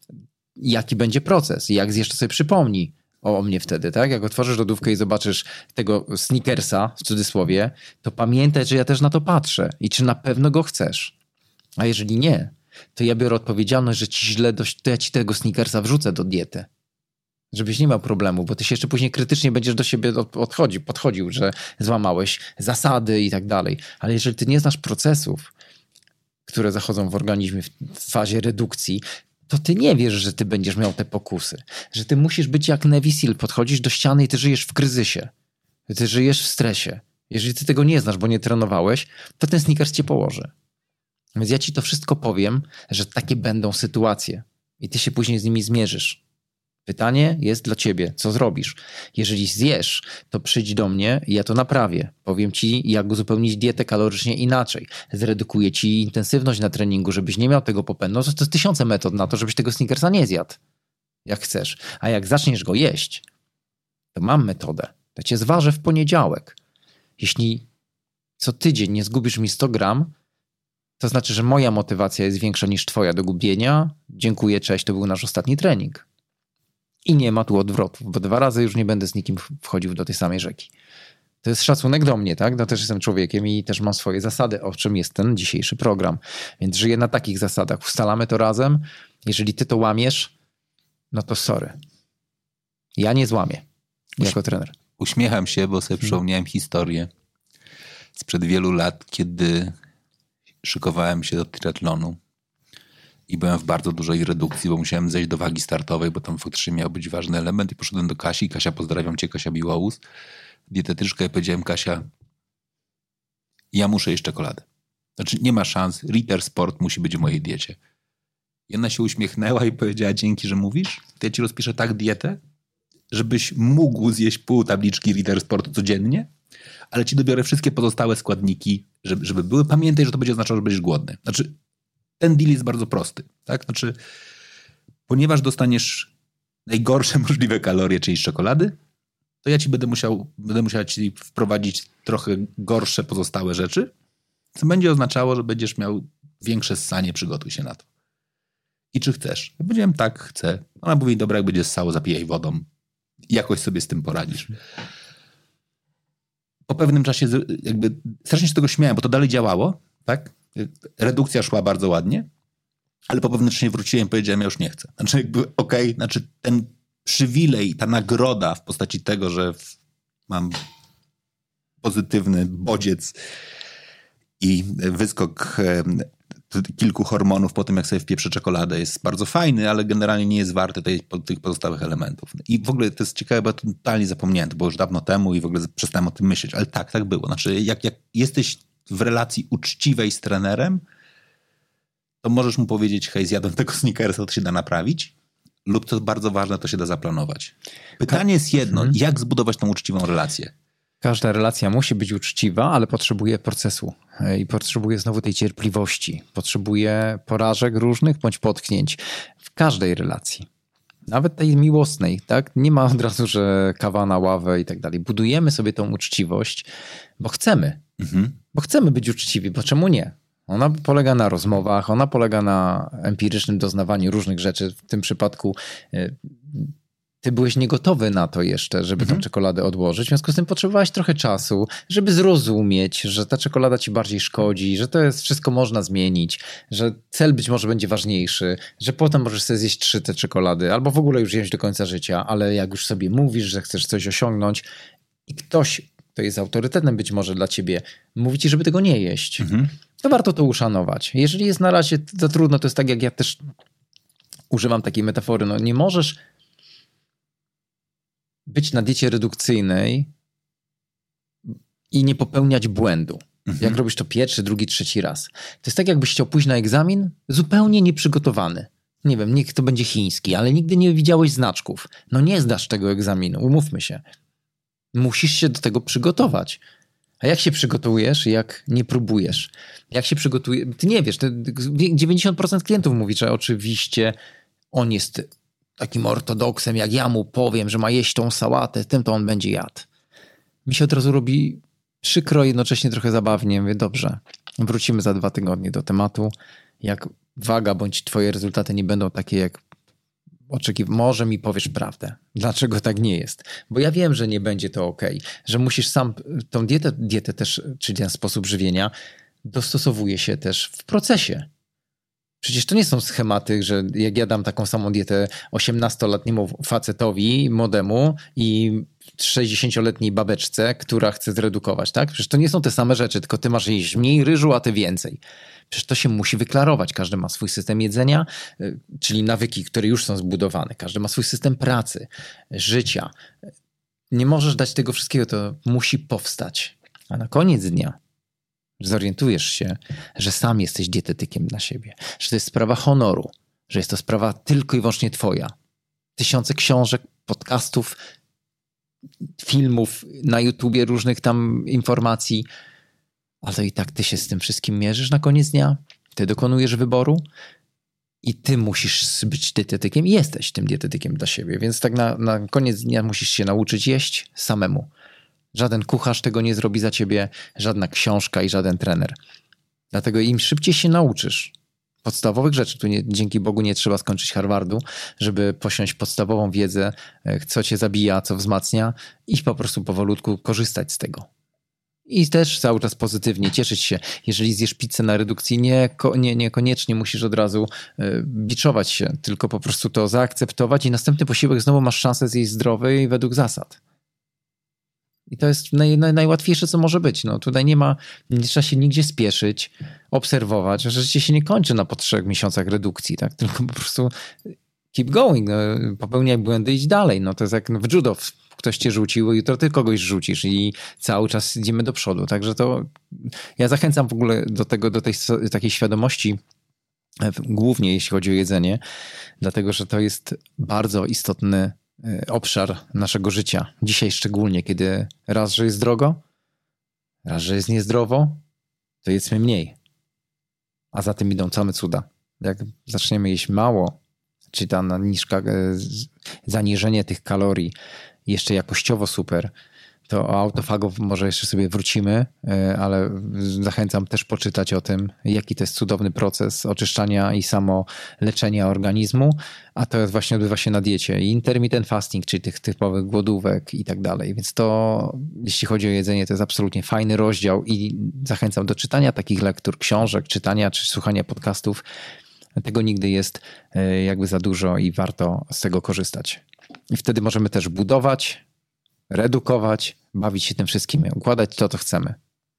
jaki będzie proces i jak zjesz, to sobie przypomnij o, o mnie wtedy, tak? Jak otworzysz lodówkę i zobaczysz tego Snickersa, w cudzysłowie, to pamiętaj, że ja też na to patrzę i czy na pewno go chcesz. A jeżeli nie, to ja biorę odpowiedzialność, że ci źle dość, to ja ci tego Snickersa wrzucę do diety. Żebyś nie miał problemu, bo ty się jeszcze później krytycznie będziesz do siebie odchodził, podchodził, że złamałeś zasady i tak dalej. Ale jeżeli ty nie znasz procesów, które zachodzą w organizmie w fazie redukcji, to ty nie wiesz, że ty będziesz miał te pokusy. Że ty musisz być jak Navy Seal, podchodzisz do ściany i ty żyjesz w kryzysie. Ty żyjesz w stresie. Jeżeli ty tego nie znasz, bo nie trenowałeś, to ten Snickers cię położy. Więc ja ci to wszystko powiem, że takie będą sytuacje i ty się później z nimi zmierzysz. Pytanie jest dla ciebie, co zrobisz? Jeżeli zjesz, to przyjdź do mnie i ja to naprawię. Powiem ci, jak uzupełnić dietę kalorycznie inaczej. Zredukuję ci intensywność na treningu, żebyś nie miał tego popędu. No to jest tysiące metod na to, żebyś tego Snickersa nie zjadł, jak chcesz. A jak zaczniesz go jeść, to mam metodę. To cię zważę w poniedziałek. Jeśli co tydzień nie zgubisz mi sto gram, to znaczy, że moja motywacja jest większa niż twoja do gubienia. Dziękuję, cześć, to był nasz ostatni trening. I nie ma tu odwrotów, bo dwa razy już nie będę z nikim wchodził do tej samej rzeki. To jest szacunek do mnie, tak? No też jestem człowiekiem i też mam swoje zasady, o czym jest ten dzisiejszy program. Więc żyję na takich zasadach. Ustalamy to razem. Jeżeli ty to łamiesz, no to sorry. Ja nie złamię jako trener. Uśmiecham się, bo sobie przypomniałem historię sprzed wielu lat, kiedy szykowałem się do triatlonu i byłem w bardzo dużej redukcji, bo musiałem zejść do wagi startowej, bo tam faktycznie miał być ważny element i poszedłem do Kasi. Kasia, pozdrawiam cię, Kasia Biłaus, dietetyczka, i powiedziałem, Kasia, ja muszę jeść czekoladę. Znaczy nie ma szans, Ritter Sport musi być w mojej diecie. I ona się uśmiechnęła i powiedziała, dzięki, że mówisz, to ja ci rozpiszę tak dietę, żebyś mógł zjeść pół tabliczki Ritter Sport codziennie, ale ci dobiorę wszystkie pozostałe składniki, żeby, żeby były. Pamiętaj, że to będzie oznaczało, że będziesz głodny. Znaczy, ten deal jest bardzo prosty. Tak? Znaczy, ponieważ dostaniesz najgorsze możliwe kalorie, czyli z czekolady, to ja ci będę musiał, będę musiał ci wprowadzić trochę gorsze pozostałe rzeczy, co będzie oznaczało, że będziesz miał większe ssanie, przygotuj się na to. I czy chcesz? Ja powiedziałem, tak, chcę. Ona mówi, dobra, jak będzie ssało, zapijaj wodą. Jakoś sobie z tym poradzisz. Po pewnym czasie jakby strasznie się z tego śmiałem, bo to dalej działało, tak? Redukcja szła bardzo ładnie, ale po pewnym czasie wróciłem i powiedziałem, ja już nie chcę. Znaczy jakby okej, okay, znaczy ten przywilej, ta nagroda w postaci tego, że w, mam pozytywny bodziec i wyskok e, kilku hormonów po tym, jak sobie wpieprzę czekoladę, jest bardzo fajny, ale generalnie nie jest warty tej, tych pozostałych elementów. I w ogóle to jest ciekawe, bo ja totalnie zapomniałem, to było już dawno temu i w ogóle przestałem o tym myśleć, ale tak, tak było. Znaczy jak, jak jesteś w relacji uczciwej z trenerem, to możesz mu powiedzieć, hej, zjadłem tego Snickersa, to się da naprawić, lub co bardzo ważne, to się da zaplanować. Pytanie jest jedno, mhm. jak zbudować tą uczciwą relację? Każda relacja musi być uczciwa, ale potrzebuje procesu i potrzebuje znowu tej cierpliwości. Potrzebuje porażek różnych bądź potknięć w każdej relacji. Nawet tej miłosnej, tak? Nie ma od razu, że kawa na ławę i tak dalej. Budujemy sobie tą uczciwość, bo chcemy. Mhm. Bo chcemy być uczciwi, bo czemu nie? Ona polega na rozmowach, ona polega na empirycznym doznawaniu różnych rzeczy. W tym przypadku ty byłeś niegotowy na to jeszcze, żeby mhm. tę czekoladę odłożyć. W związku z tym potrzebowałeś trochę czasu, żeby zrozumieć, że ta czekolada ci bardziej szkodzi, że to jest wszystko można zmienić, że cel być może będzie ważniejszy, że potem możesz sobie zjeść trzy te czekolady albo w ogóle już jeść do końca życia, ale jak już sobie mówisz, że chcesz coś osiągnąć i ktoś, kto jest autorytetem być może dla ciebie, mówi ci, żeby tego nie jeść, mhm. to warto to uszanować. Jeżeli jest na razie za trudno, to jest tak, jak ja też używam takiej metafory, no nie możesz być na diecie redukcyjnej i nie popełniać błędu. Mhm. Jak robisz to pierwszy, drugi, trzeci raz. To jest tak, jakbyś chciał pójść na egzamin zupełnie nieprzygotowany. Nie wiem, niech to będzie chiński, ale nigdy nie widziałeś znaczków. No nie zdasz tego egzaminu, umówmy się. Musisz się do tego przygotować. A jak się przygotujesz, jak nie próbujesz? Jak się przygotuje? Ty nie wiesz, dziewięćdziesiąt procent klientów mówi, że oczywiście on jest takim ortodoksem, jak ja mu powiem, że ma jeść tą sałatę, tym to on będzie jadł. Mi się od razu robi przykro, jednocześnie trochę zabawnie. Mówię, dobrze, wrócimy za dwa tygodnie do tematu. Jak waga bądź twoje rezultaty nie będą takie, jak oczekiwałem, może mi powiesz prawdę. Dlaczego tak nie jest? Bo ja wiem, że nie będzie to okej, że musisz sam tą dietę, dietę też, czyli ten sposób żywienia, dostosowuje się też w procesie. Przecież to nie są schematy, że jak ja dam taką samą dietę osiemnastoletniemu facetowi, młodemu i sześćdziesięcioletniej babeczce, która chce zredukować, tak? Przecież to nie są te same rzeczy, tylko ty masz jeść mniej ryżu, a ty więcej. Przecież to się musi wyklarować. Każdy ma swój system jedzenia, czyli nawyki, które już są zbudowane. Każdy ma swój system pracy, życia. Nie możesz dać tego wszystkiego, to musi powstać. A na koniec dnia zorientujesz się, że sam jesteś dietetykiem dla siebie, że to jest sprawa honoru, że jest to sprawa tylko i wyłącznie twoja. Tysiące książek, podcastów, filmów na YouTubie, różnych tam informacji, ale to i tak ty się z tym wszystkim mierzysz na koniec dnia, ty dokonujesz wyboru i ty musisz być dietetykiem i jesteś tym dietetykiem dla siebie, więc tak na, na koniec dnia musisz się nauczyć jeść samemu. Żaden kucharz tego nie zrobi za ciebie, żadna książka i żaden trener. Dlatego im szybciej się nauczysz podstawowych rzeczy, tu nie, dzięki Bogu nie trzeba skończyć Harvardu, żeby posiąść podstawową wiedzę, co cię zabija, co wzmacnia i po prostu powolutku korzystać z tego. I też cały czas pozytywnie cieszyć się. Jeżeli zjesz pizzę na redukcji, nie, nie, niekoniecznie musisz od razu y, biczować się, tylko po prostu to zaakceptować i następny posiłek znowu masz szansę zjeść zdrowy i według zasad. I to jest naj, naj, najłatwiejsze, co może być. No, tutaj nie ma, nie trzeba się nigdzie spieszyć, obserwować, że życie się nie kończy na po trzech miesiącach redukcji, tak? Tylko po prostu keep going, no, popełniaj błędy, idź dalej. No, to jest jak w judo, ktoś cię rzucił, jutro ty kogoś rzucisz i cały czas idziemy do przodu. Także to ja zachęcam w ogóle do tego, do tej takiej świadomości, głównie jeśli chodzi o jedzenie, dlatego, że to jest bardzo istotny obszar naszego życia. Dzisiaj szczególnie, kiedy raz, że jest drogo, raz, że jest niezdrowo, to jedzmy mniej. A za tym idą same cuda. Jak zaczniemy jeść mało, czyli ta niżka, zaniżenie tych kalorii jeszcze jakościowo super, to o autofagów może jeszcze sobie wrócimy, ale zachęcam też poczytać o tym, jaki to jest cudowny proces oczyszczania i samo leczenia organizmu, a to jest właśnie odbywa się na diecie. I intermittent fasting, czyli tych typowych głodówek i tak dalej. Więc to, jeśli chodzi o jedzenie, to jest absolutnie fajny rozdział i zachęcam do czytania takich lektur, książek, czytania czy słuchania podcastów. Tego nigdy jest jakby za dużo i warto z tego korzystać. I wtedy możemy też budować, redukować, bawić się tym wszystkim, układać to, co chcemy.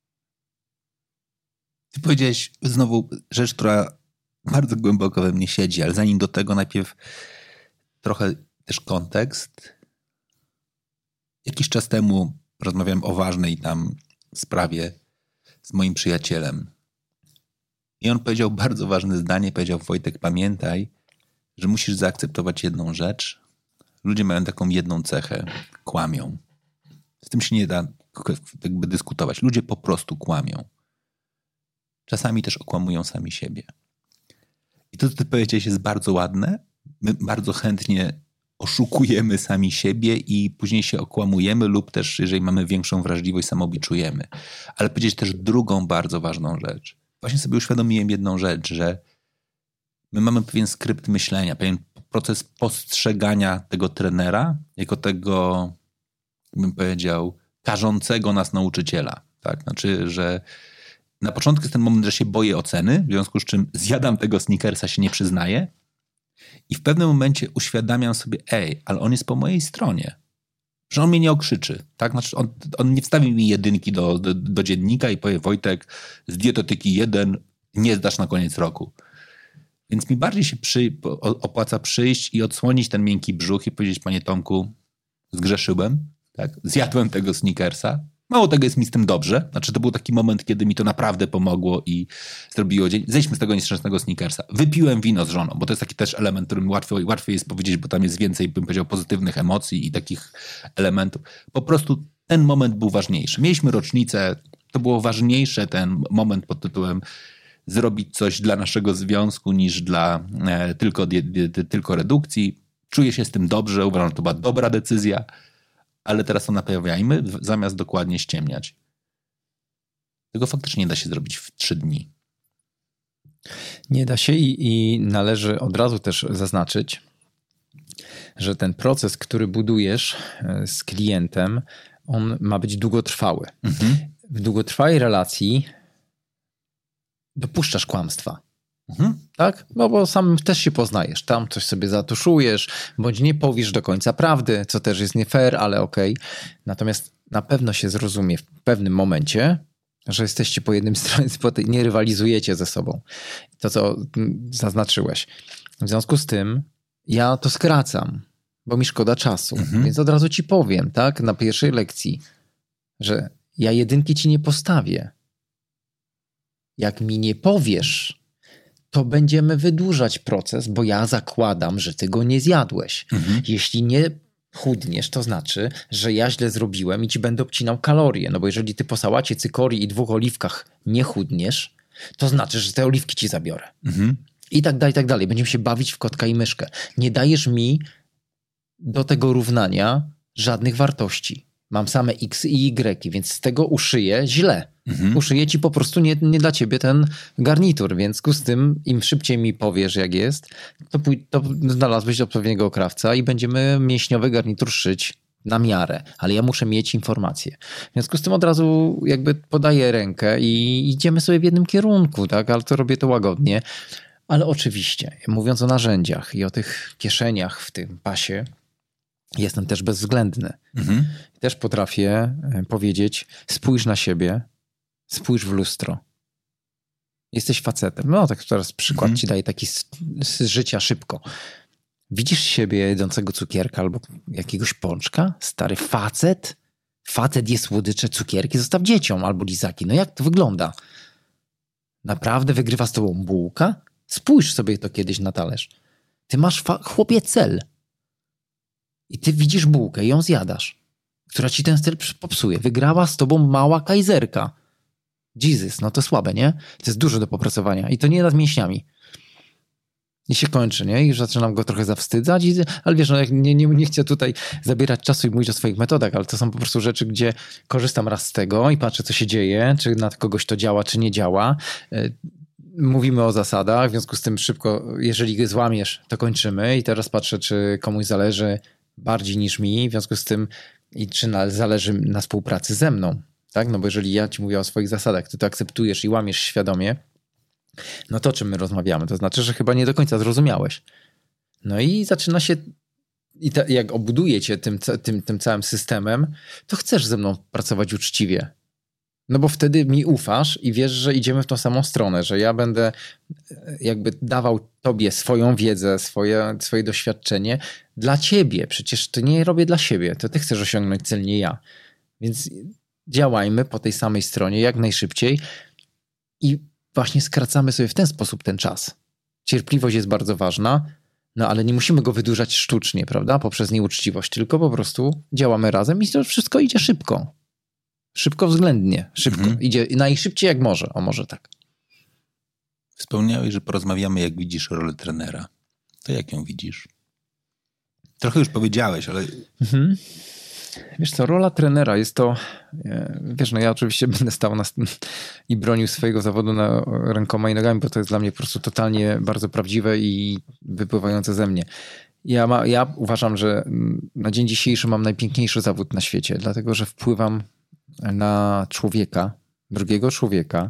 Ty powiedziałeś znowu rzecz, która bardzo głęboko we mnie siedzi, ale zanim do tego najpierw trochę też kontekst. Jakiś czas temu rozmawiałem o ważnej tam sprawie z moim przyjacielem. I on powiedział bardzo ważne zdanie, powiedział: Wojtek, pamiętaj, że musisz zaakceptować jedną rzecz. Ludzie mają taką jedną cechę, kłamią. Z tym się nie da jakby dyskutować. Ludzie po prostu kłamią. Czasami też okłamują sami siebie. I to, co ty powiedziałeś, jest bardzo ładne. My bardzo chętnie oszukujemy sami siebie i później się okłamujemy lub też, jeżeli mamy większą wrażliwość, samobiczujemy. Ale powiedzieć też drugą bardzo ważną rzecz. Właśnie sobie uświadomiłem jedną rzecz, że my mamy pewien skrypt myślenia, pewien proces postrzegania tego trenera jako tego, bym powiedział, karzącego nas nauczyciela. Tak? Znaczy, że na początku jest ten moment, że się boję oceny, w związku z czym zjadam tego Snickersa, się nie przyznaję i w pewnym momencie uświadamiam sobie, ej, ale on jest po mojej stronie. Że on mnie nie okrzyczy. Tak? Znaczy on, on nie wstawi mi jedynki do, do, do dziennika i powie: Wojtek, z dietetyki jeden nie zdasz na koniec roku. Więc mi bardziej się przy, opłaca przyjść i odsłonić ten miękki brzuch i powiedzieć: panie Tomku, zgrzeszyłem, tak? Zjadłem tego Snickersa. Mało tego, jest mi z tym dobrze. Znaczy to był taki moment, kiedy mi to naprawdę pomogło i zrobiło dzień. Zejdźmy z tego nieszczęsnego Snickersa. Wypiłem wino z żoną, bo to jest taki też element, którym łatwiej, łatwiej jest powiedzieć, bo tam jest więcej, bym powiedział, pozytywnych emocji i takich elementów. Po prostu ten moment był ważniejszy. Mieliśmy rocznicę, to było ważniejsze, ten moment pod tytułem zrobić coś dla naszego związku niż dla e, tylko, die, die, tylko redukcji. Czuję się z tym dobrze, uważam, że to była dobra decyzja, ale teraz to naprawiajmy, zamiast dokładnie ściemniać. Tego faktycznie nie da się zrobić w trzy dni. Nie da się i, i należy od razu też zaznaczyć, że ten proces, który budujesz z klientem, on ma być długotrwały. Mhm. W długotrwałej relacji dopuszczasz kłamstwa. Mhm. Tak? No bo sam też się poznajesz. Tam coś sobie zatuszujesz, bądź nie powiesz do końca prawdy, co też jest nie fair, ale okej. Okay. Natomiast na pewno się zrozumie w pewnym momencie, że jesteście po jednym stronie, nie rywalizujecie ze sobą. To, co zaznaczyłeś. W związku z tym ja to skracam, bo mi szkoda czasu. Mhm. Więc od razu ci powiem, tak, na pierwszej lekcji, że ja jedynki ci nie postawię. Jak mi nie powiesz, to będziemy wydłużać proces, bo ja zakładam, że ty go nie zjadłeś. Mhm. Jeśli nie chudniesz, to znaczy, że ja źle zrobiłem i ci będę obcinał kalorie. No bo jeżeli ty po sałacie, cykorii i dwóch oliwkach nie chudniesz, to znaczy, że te oliwki ci zabiorę. Mhm. I tak dalej, i tak dalej. Będziemy się bawić w kotka i myszkę. Nie dajesz mi do tego równania żadnych wartości. Mam same x i y, więc z tego uszyję źle. Mhm. Uszyję ci po prostu nie, nie dla ciebie ten garnitur, więc z tym im szybciej mi powiesz, jak jest, to, pój- to znalazłeś odpowiedniego krawca i będziemy mięśniowy garnitur szyć na miarę, ale ja muszę mieć informacje. W związku z tym od razu jakby podaję rękę i idziemy sobie w jednym kierunku, tak? Ale to robię to łagodnie. Ale oczywiście, mówiąc o narzędziach i o tych kieszeniach w tym pasie, jestem też bezwzględny. Mhm. Też potrafię powiedzieć: spójrz na siebie, spójrz w lustro. Jesteś facetem. No tak teraz przykład mhm. ci daję taki z, z życia szybko. Widzisz siebie jedzącego cukierka albo jakiegoś pączka? Stary facet? Facet je słodycze, cukierki, zostaw dzieciom albo lizaki. No jak to wygląda? Naprawdę wygrywa z tobą bułka? Spójrz sobie to kiedyś na talerz. Ty masz fa- chłopie cel. I ty widzisz bułkę i ją zjadasz, która ci ten styl popsuje. Wygrała z tobą mała kajzerka. Jesus, no to słabe, nie? To jest dużo do popracowania i to nie nad mięśniami. I się kończy, nie? I zaczynam go trochę zawstydzać, i, ale wiesz, no, nie, nie, nie chcę tutaj zabierać czasu i mówić o swoich metodach, ale to są po prostu rzeczy, gdzie korzystam raz z tego i patrzę, co się dzieje, czy na kogoś to działa, czy nie działa. Mówimy o zasadach, w związku z tym szybko, jeżeli go złamiesz, to kończymy i teraz patrzę, czy komuś zależy bardziej niż mi, w związku z tym i czy na, zależy na współpracy ze mną, tak? No bo jeżeli ja ci mówię o swoich zasadach, ty to akceptujesz i łamiesz świadomie, no to o czym my rozmawiamy? To znaczy, że chyba nie do końca zrozumiałeś. No i zaczyna się, i te, jak obuduję cię tym, tym, tym całym systemem, to chcesz ze mną pracować uczciwie. No bo wtedy mi ufasz i wiesz, że idziemy w tą samą stronę, że ja będę jakby dawał tobie swoją wiedzę, swoje, swoje doświadczenie dla ciebie. Przecież to nie robię dla siebie, to ty chcesz osiągnąć cel, nie ja. Więc działajmy po tej samej stronie jak najszybciej i właśnie skracamy sobie w ten sposób ten czas. Cierpliwość jest bardzo ważna, no ale nie musimy go wydłużać sztucznie, prawda? Poprzez nieuczciwość, tylko po prostu działamy razem i to wszystko idzie szybko. Szybko względnie, szybko. Mhm. Idzie najszybciej jak może, o może tak. Wspomniałeś, że porozmawiamy, jak widzisz rolę trenera. To jak ją widzisz? Trochę już powiedziałeś, ale... Mhm. Wiesz co, rola trenera jest to, wiesz, no ja oczywiście będę stał na, i bronił swojego zawodu na, rękoma i nogami, bo to jest dla mnie po prostu totalnie bardzo prawdziwe i wypływające ze mnie. Ja, ma, ja uważam, że na dzień dzisiejszy mam najpiękniejszy zawód na świecie, dlatego że wpływam na człowieka, drugiego człowieka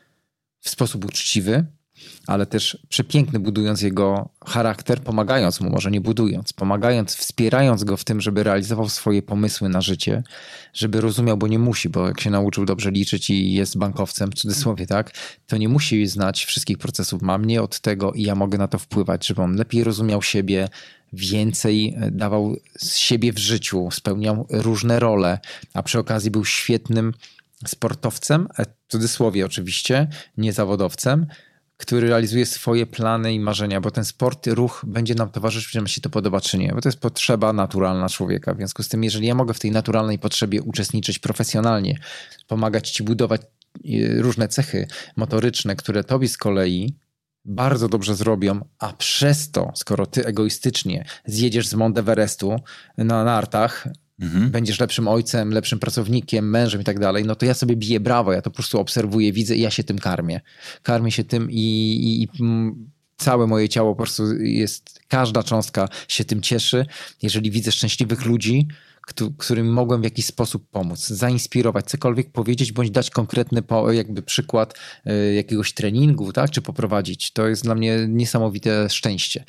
w sposób uczciwy, ale też przepiękny, budując jego charakter, pomagając mu, może nie budując, pomagając, wspierając go w tym, żeby realizował swoje pomysły na życie, żeby rozumiał, bo nie musi, bo jak się nauczył dobrze liczyć i jest bankowcem, w cudzysłowie, tak, to nie musi znać wszystkich procesów. Ma mnie od tego i ja mogę na to wpływać, żeby on lepiej rozumiał siebie, więcej dawał z siebie w życiu, spełniał różne role, a przy okazji był świetnym sportowcem, w cudzysłowie oczywiście, nie zawodowcem, który realizuje swoje plany i marzenia, bo ten sport, ruch będzie nam towarzyszyć, czy nam się to podoba, czy nie, bo to jest potrzeba naturalna człowieka. W związku z tym, jeżeli ja mogę w tej naturalnej potrzebie uczestniczyć profesjonalnie, pomagać ci budować różne cechy motoryczne, które tobie z kolei bardzo dobrze zrobią, a przez to, skoro ty egoistycznie zjedziesz z Mount Everestu na nartach, mhm. będziesz lepszym ojcem, lepszym pracownikiem, mężem i tak dalej, no to ja sobie biję brawo, ja to po prostu obserwuję, widzę i ja się tym karmię. Karmię się tym i, i, i całe moje ciało po prostu jest, każda cząstka się tym cieszy. Jeżeli widzę szczęśliwych ludzi, którym mogłem w jakiś sposób pomóc, zainspirować, cokolwiek powiedzieć, bądź dać konkretny jakby przykład jakiegoś treningu, tak, czy poprowadzić. To jest dla mnie niesamowite szczęście.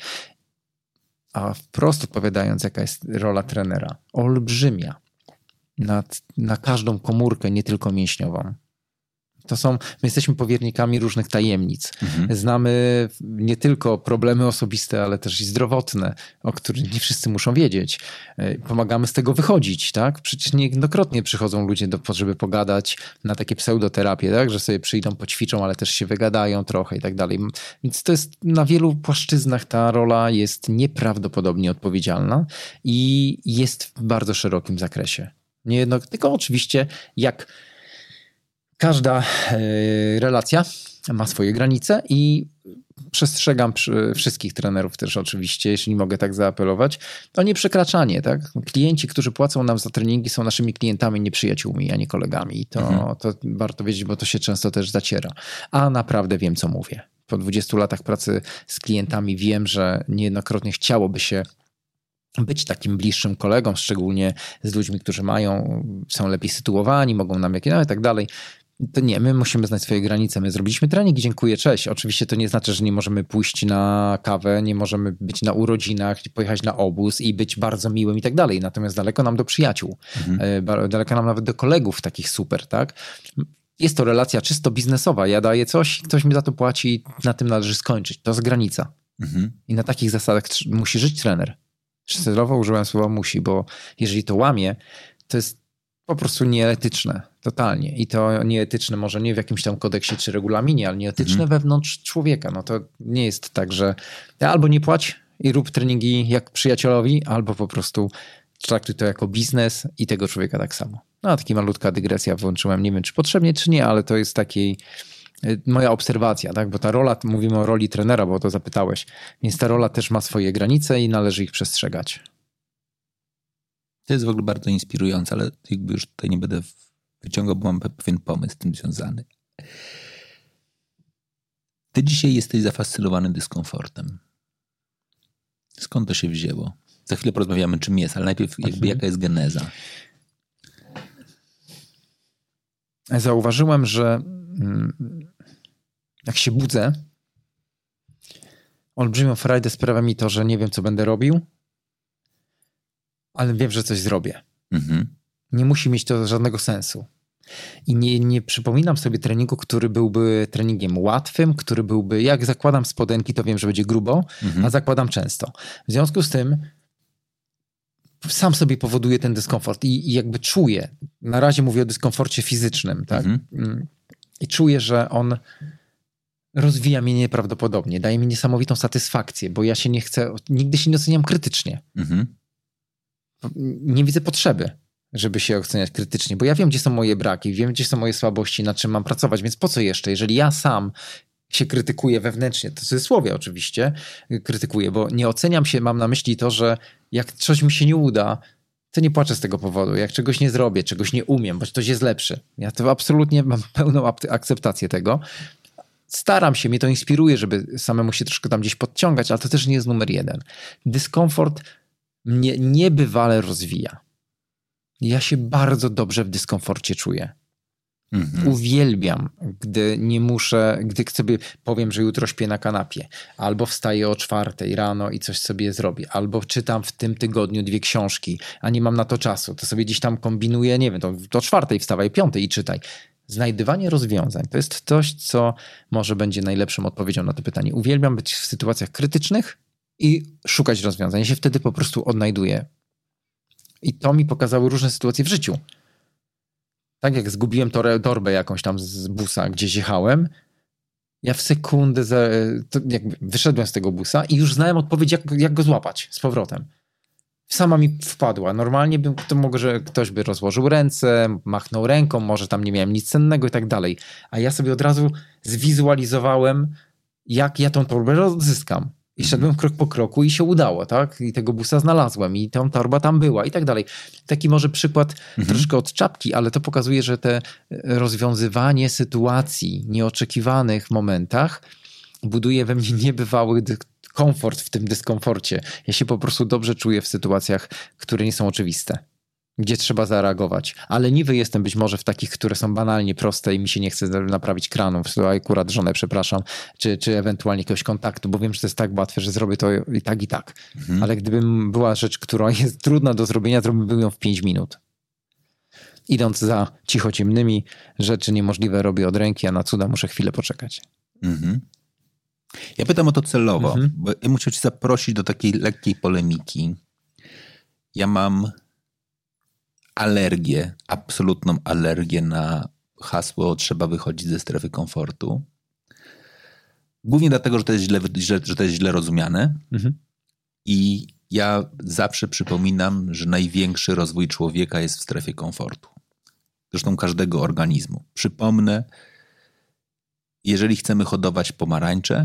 A wprost odpowiadając, jaka jest rola trenera? Olbrzymia. Na, na każdą komórkę, nie tylko mięśniową. To są, my jesteśmy powiernikami różnych tajemnic. Mhm. Znamy nie tylko problemy osobiste, ale też i zdrowotne, o których nie wszyscy muszą wiedzieć. Pomagamy z tego wychodzić, tak? Przecież niejednokrotnie przychodzą ludzie do, żeby pogadać na takie pseudoterapie, tak? Że sobie przyjdą, poćwiczą, ale też się wygadają trochę i tak dalej. Więc to jest na wielu płaszczyznach ta rola jest nieprawdopodobnie odpowiedzialna i jest w bardzo szerokim zakresie. Niejedno, tylko oczywiście jak każda relacja ma swoje granice i przestrzegam wszystkich trenerów też oczywiście, jeśli mogę tak zaapelować, to nie przekraczanie, tak? Klienci, którzy płacą nam za treningi, są naszymi klientami, nie przyjaciółmi, a nie kolegami. I to, mhm. to warto wiedzieć, bo to się często też zaciera. A naprawdę wiem, co mówię. Po dwudziestu latach pracy z klientami wiem, że niejednokrotnie chciałoby się być takim bliższym kolegą, szczególnie z ludźmi, którzy mają, są lepiej sytuowani, mogą nam jakieś, no i tak dalej. To nie, my musimy znać swoje granice. My zrobiliśmy trening, dziękuję, cześć. Oczywiście to nie znaczy, że nie możemy pójść na kawę, nie możemy być na urodzinach, pojechać na obóz i być bardzo miłym i tak dalej. Natomiast daleko nam do przyjaciół, mhm. daleko nam nawet do kolegów takich super, tak? Jest to relacja czysto biznesowa. Ja daję coś, ktoś mi za to płaci i na tym należy skończyć. To jest granica. Mhm. I na takich zasadach musi żyć trener. Celowo użyłem słowa musi, bo jeżeli to łamie, to jest po prostu nieetyczne, totalnie. I to nieetyczne może nie w jakimś tam kodeksie czy regulaminie, ale nieetyczne mhm. wewnątrz człowieka. No to nie jest tak, że albo nie płać i rób treningi jak przyjacielowi, albo po prostu traktuj to jako biznes i tego człowieka tak samo. No a taka malutka dygresja włączyłem. Nie wiem, czy potrzebnie, czy nie, ale to jest taki moja obserwacja, tak? Bo ta rola, mówimy o roli trenera, bo o to zapytałeś, więc ta rola też ma swoje granice i należy ich przestrzegać. To jest w ogóle bardzo inspirujące, ale jakby już tutaj nie będę wyciągał, bo mam pewien pomysł z tym związany. Ty dzisiaj jesteś zafascynowany dyskomfortem. Skąd to się wzięło? Za chwilę porozmawiamy, czym jest, ale najpierw jakby mhm. jaka jest geneza? Zauważyłem, że jak się budzę, olbrzymią frajdę sprawia mi to, że nie wiem, co będę robił, ale wiem, że coś zrobię. Mhm. Nie musi mieć to żadnego sensu. I nie, nie przypominam sobie treningu, który byłby treningiem łatwym, który byłby, jak zakładam spodenki, to wiem, że będzie grubo, mhm. a zakładam często. W związku z tym sam sobie powoduję ten dyskomfort i, i jakby czuję, na razie mówię o dyskomforcie fizycznym, tak? Mhm. I czuję, że on rozwija mnie nieprawdopodobnie, daje mi niesamowitą satysfakcję, bo ja się nie chcę, nigdy się nie oceniam krytycznie. Mhm. Nie widzę potrzeby, żeby się oceniać krytycznie, bo ja wiem, gdzie są moje braki, wiem, gdzie są moje słabości, nad czym mam pracować, więc po co jeszcze, jeżeli ja sam się krytykuję wewnętrznie, to w cudzysłowie oczywiście krytykuję, bo nie oceniam się, mam na myśli to, że jak coś mi się nie uda, to nie płaczę z tego powodu. Jak czegoś nie zrobię, czegoś nie umiem, bo ktoś jest lepszy. Ja to absolutnie mam pełną akceptację tego. Staram się, mnie to inspiruje, żeby samemu się troszkę tam gdzieś podciągać, ale to też nie jest numer jeden. Dyskomfort mnie niebywale rozwija. Ja się bardzo dobrze w dyskomforcie czuję. Mhm. Uwielbiam, gdy nie muszę, gdy sobie powiem, że jutro śpię na kanapie, albo wstaję o czwartej rano i coś sobie zrobię, albo czytam w tym tygodniu dwie książki, a nie mam na to czasu, to sobie gdzieś tam kombinuję, nie wiem, to do czwartej wstawaj, piątej i czytaj. Znajdywanie rozwiązań to jest coś, co może będzie najlepszą odpowiedzią na to pytanie. Uwielbiam być w sytuacjach krytycznych i szukać rozwiązań. Ja się wtedy po prostu odnajduję. I to mi pokazały różne sytuacje w życiu. Tak jak zgubiłem torbę jakąś tam z busa, gdzieś jechałem, ja w sekundę za, jakby wyszedłem z tego busa i już znałem odpowiedź, jak, jak go złapać z powrotem. Sama mi wpadła. Normalnie bym, to może ktoś by rozłożył ręce, machnął ręką, może tam nie miałem nic cennego i tak dalej. A ja sobie od razu zwizualizowałem, jak ja tą torbę odzyskam. I szedłem krok po kroku i się udało, tak? I tego busa znalazłem i ta torba tam była i tak dalej. Taki może przykład mhm. troszkę od czapki, ale to pokazuje, że te rozwiązywanie sytuacji nieoczekiwanych w momentach buduje we mnie niebywały komfort w tym dyskomforcie. Ja się po prostu dobrze czuję w sytuacjach, które nie są oczywiste, gdzie trzeba zareagować. Ale niby jestem być może w takich, które są banalnie proste i mi się nie chce naprawić kranów, akurat żonę przepraszam, czy, czy ewentualnie jakiegoś kontaktu, bo wiem, że to jest tak łatwe, że zrobię to i tak, i tak. Mhm. Ale gdybym była rzecz, która jest trudna do zrobienia, zrobiłbym ją w pięć minut. Idąc za cichociemnymi, rzeczy niemożliwe robię od ręki, a na cuda muszę chwilę poczekać. Mhm. Ja pytam o to celowo, mhm. bo ja muszę cię zaprosić do takiej lekkiej polemiki. Ja mam alergię, absolutną alergię na hasło trzeba wychodzić ze strefy komfortu. Głównie dlatego, że to jest źle, że, że to jest źle rozumiane. Mhm. I ja zawsze przypominam, że największy rozwój człowieka jest w strefie komfortu. Zresztą każdego organizmu. Przypomnę, jeżeli chcemy hodować pomarańcze,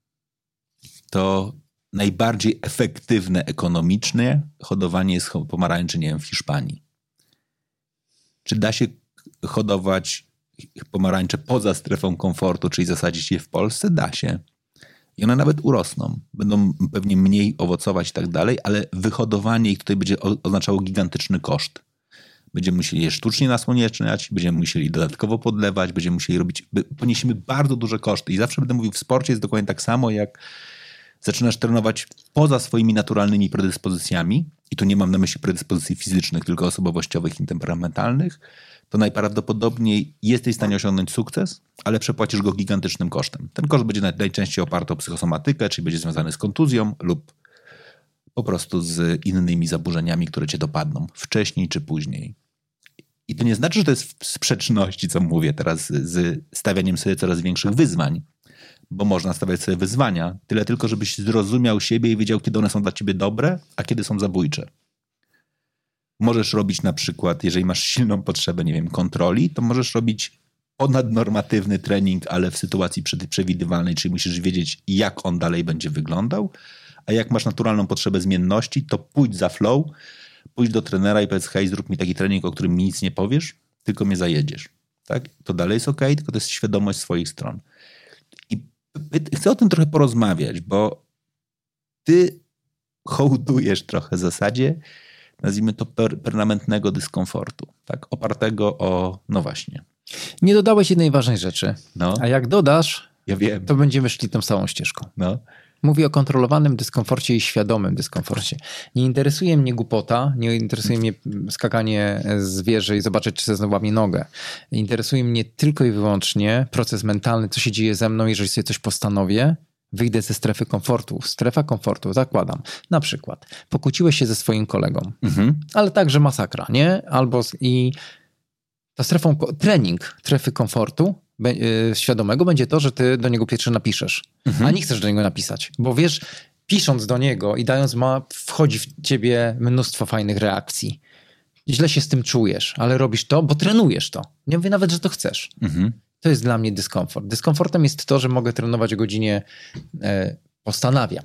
to najbardziej efektywne ekonomicznie hodowanie jest pomarańczy, nie wiem, w Hiszpanii. Czy da się hodować pomarańcze poza strefą komfortu, czyli zasadzić je w Polsce? Da się. I one nawet urosną. Będą pewnie mniej owocować i tak dalej, ale wyhodowanie ich tutaj będzie oznaczało gigantyczny koszt. Będziemy musieli je sztucznie nasłoneczniać, będziemy musieli dodatkowo podlewać, będziemy musieli robić, poniesiemy bardzo duże koszty. I zawsze będę mówił, w sporcie jest dokładnie tak samo, jak zaczynasz trenować poza swoimi naturalnymi predyspozycjami, i tu nie mam na myśli predyspozycji fizycznych, tylko osobowościowych i temperamentalnych, to najprawdopodobniej jesteś w stanie osiągnąć sukces, ale przepłacisz go gigantycznym kosztem. Ten koszt będzie najczęściej oparty o psychosomatykę, czyli będzie związany z kontuzją lub po prostu z innymi zaburzeniami, które cię dopadną wcześniej czy później. I to nie znaczy, że to jest w sprzeczności, co mówię teraz, z stawianiem sobie coraz większych wyzwań, bo można stawiać sobie wyzwania, tyle tylko, żebyś zrozumiał siebie i wiedział, kiedy one są dla ciebie dobre, a kiedy są zabójcze. Możesz robić na przykład, jeżeli masz silną potrzebę, nie wiem, kontroli, to możesz robić ponadnormatywny trening, ale w sytuacji przewidywalnej, czyli musisz wiedzieć, jak on dalej będzie wyglądał, a jak masz naturalną potrzebę zmienności, to pójdź za flow, pójdź do trenera i powiedz, hej, zrób mi taki trening, o którym mi nic nie powiesz, tylko mnie zajedziesz. Tak? To dalej jest okej, tylko to jest świadomość swoich stron. I chcę o tym trochę porozmawiać, bo ty hołdujesz trochę zasadzie, nazwijmy to per, permanentnego dyskomfortu, tak? Opartego o, no właśnie. Nie dodałeś jednej ważnej rzeczy, No. A jak dodasz, Ja wiem. to będziemy szli tą samą ścieżką. No. Mówię o kontrolowanym dyskomforcie i świadomym dyskomforcie. Nie interesuje mnie głupota, nie interesuje mnie skakanie z wieży i zobaczyć, czy znowu łamie nogę. Interesuje mnie tylko i wyłącznie proces mentalny, co się dzieje ze mną, jeżeli sobie coś postanowię, wyjdę ze strefy komfortu. Strefa komfortu, zakładam. Na przykład pokłóciłeś się ze swoim kolegą, Mhm. ale także masakra, nie? Albo z, i to strefą, trening strefy komfortu be, yy, świadomego będzie to, że ty do niego pierwszy napiszesz, Mhm. a nie chcesz do niego napisać, bo wiesz, pisząc do niego i dając ma, wchodzi w ciebie mnóstwo fajnych reakcji. Źle się z tym czujesz, ale robisz to, bo trenujesz to. Nie mówię nawet, że to chcesz. Mhm. To jest dla mnie dyskomfort. Dyskomfortem jest to, że mogę trenować o godzinie, e, postanawiam,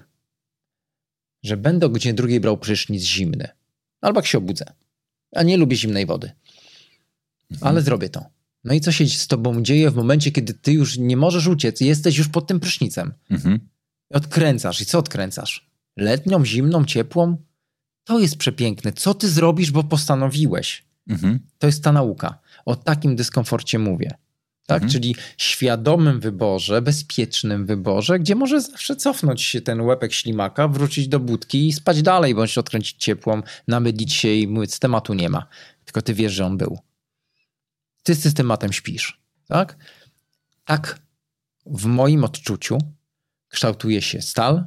że będę o godzinie drugiej brał prysznic zimny. Albo jak się obudzę. A nie lubię zimnej wody. Mhm. Ale zrobię to. No i co się z tobą dzieje w momencie, kiedy ty już nie możesz uciec i jesteś już pod tym prysznicem. Mhm. Odkręcasz. I co odkręcasz? Letnią, zimną, ciepłą? To jest przepiękne. Co ty zrobisz, bo postanowiłeś? Mhm. To jest ta nauka. O takim dyskomforcie mówię. Tak? Mhm. Czyli świadomym wyborze, bezpiecznym wyborze, gdzie może zawsze cofnąć się ten łepek ślimaka, wrócić do budki i spać dalej, bądź odkręcić ciepłą, namydlić się i mówić, tematu nie ma. Tylko ty wiesz, że on był. Ty z systematem śpisz. Tak? Tak w moim odczuciu kształtuje się stal,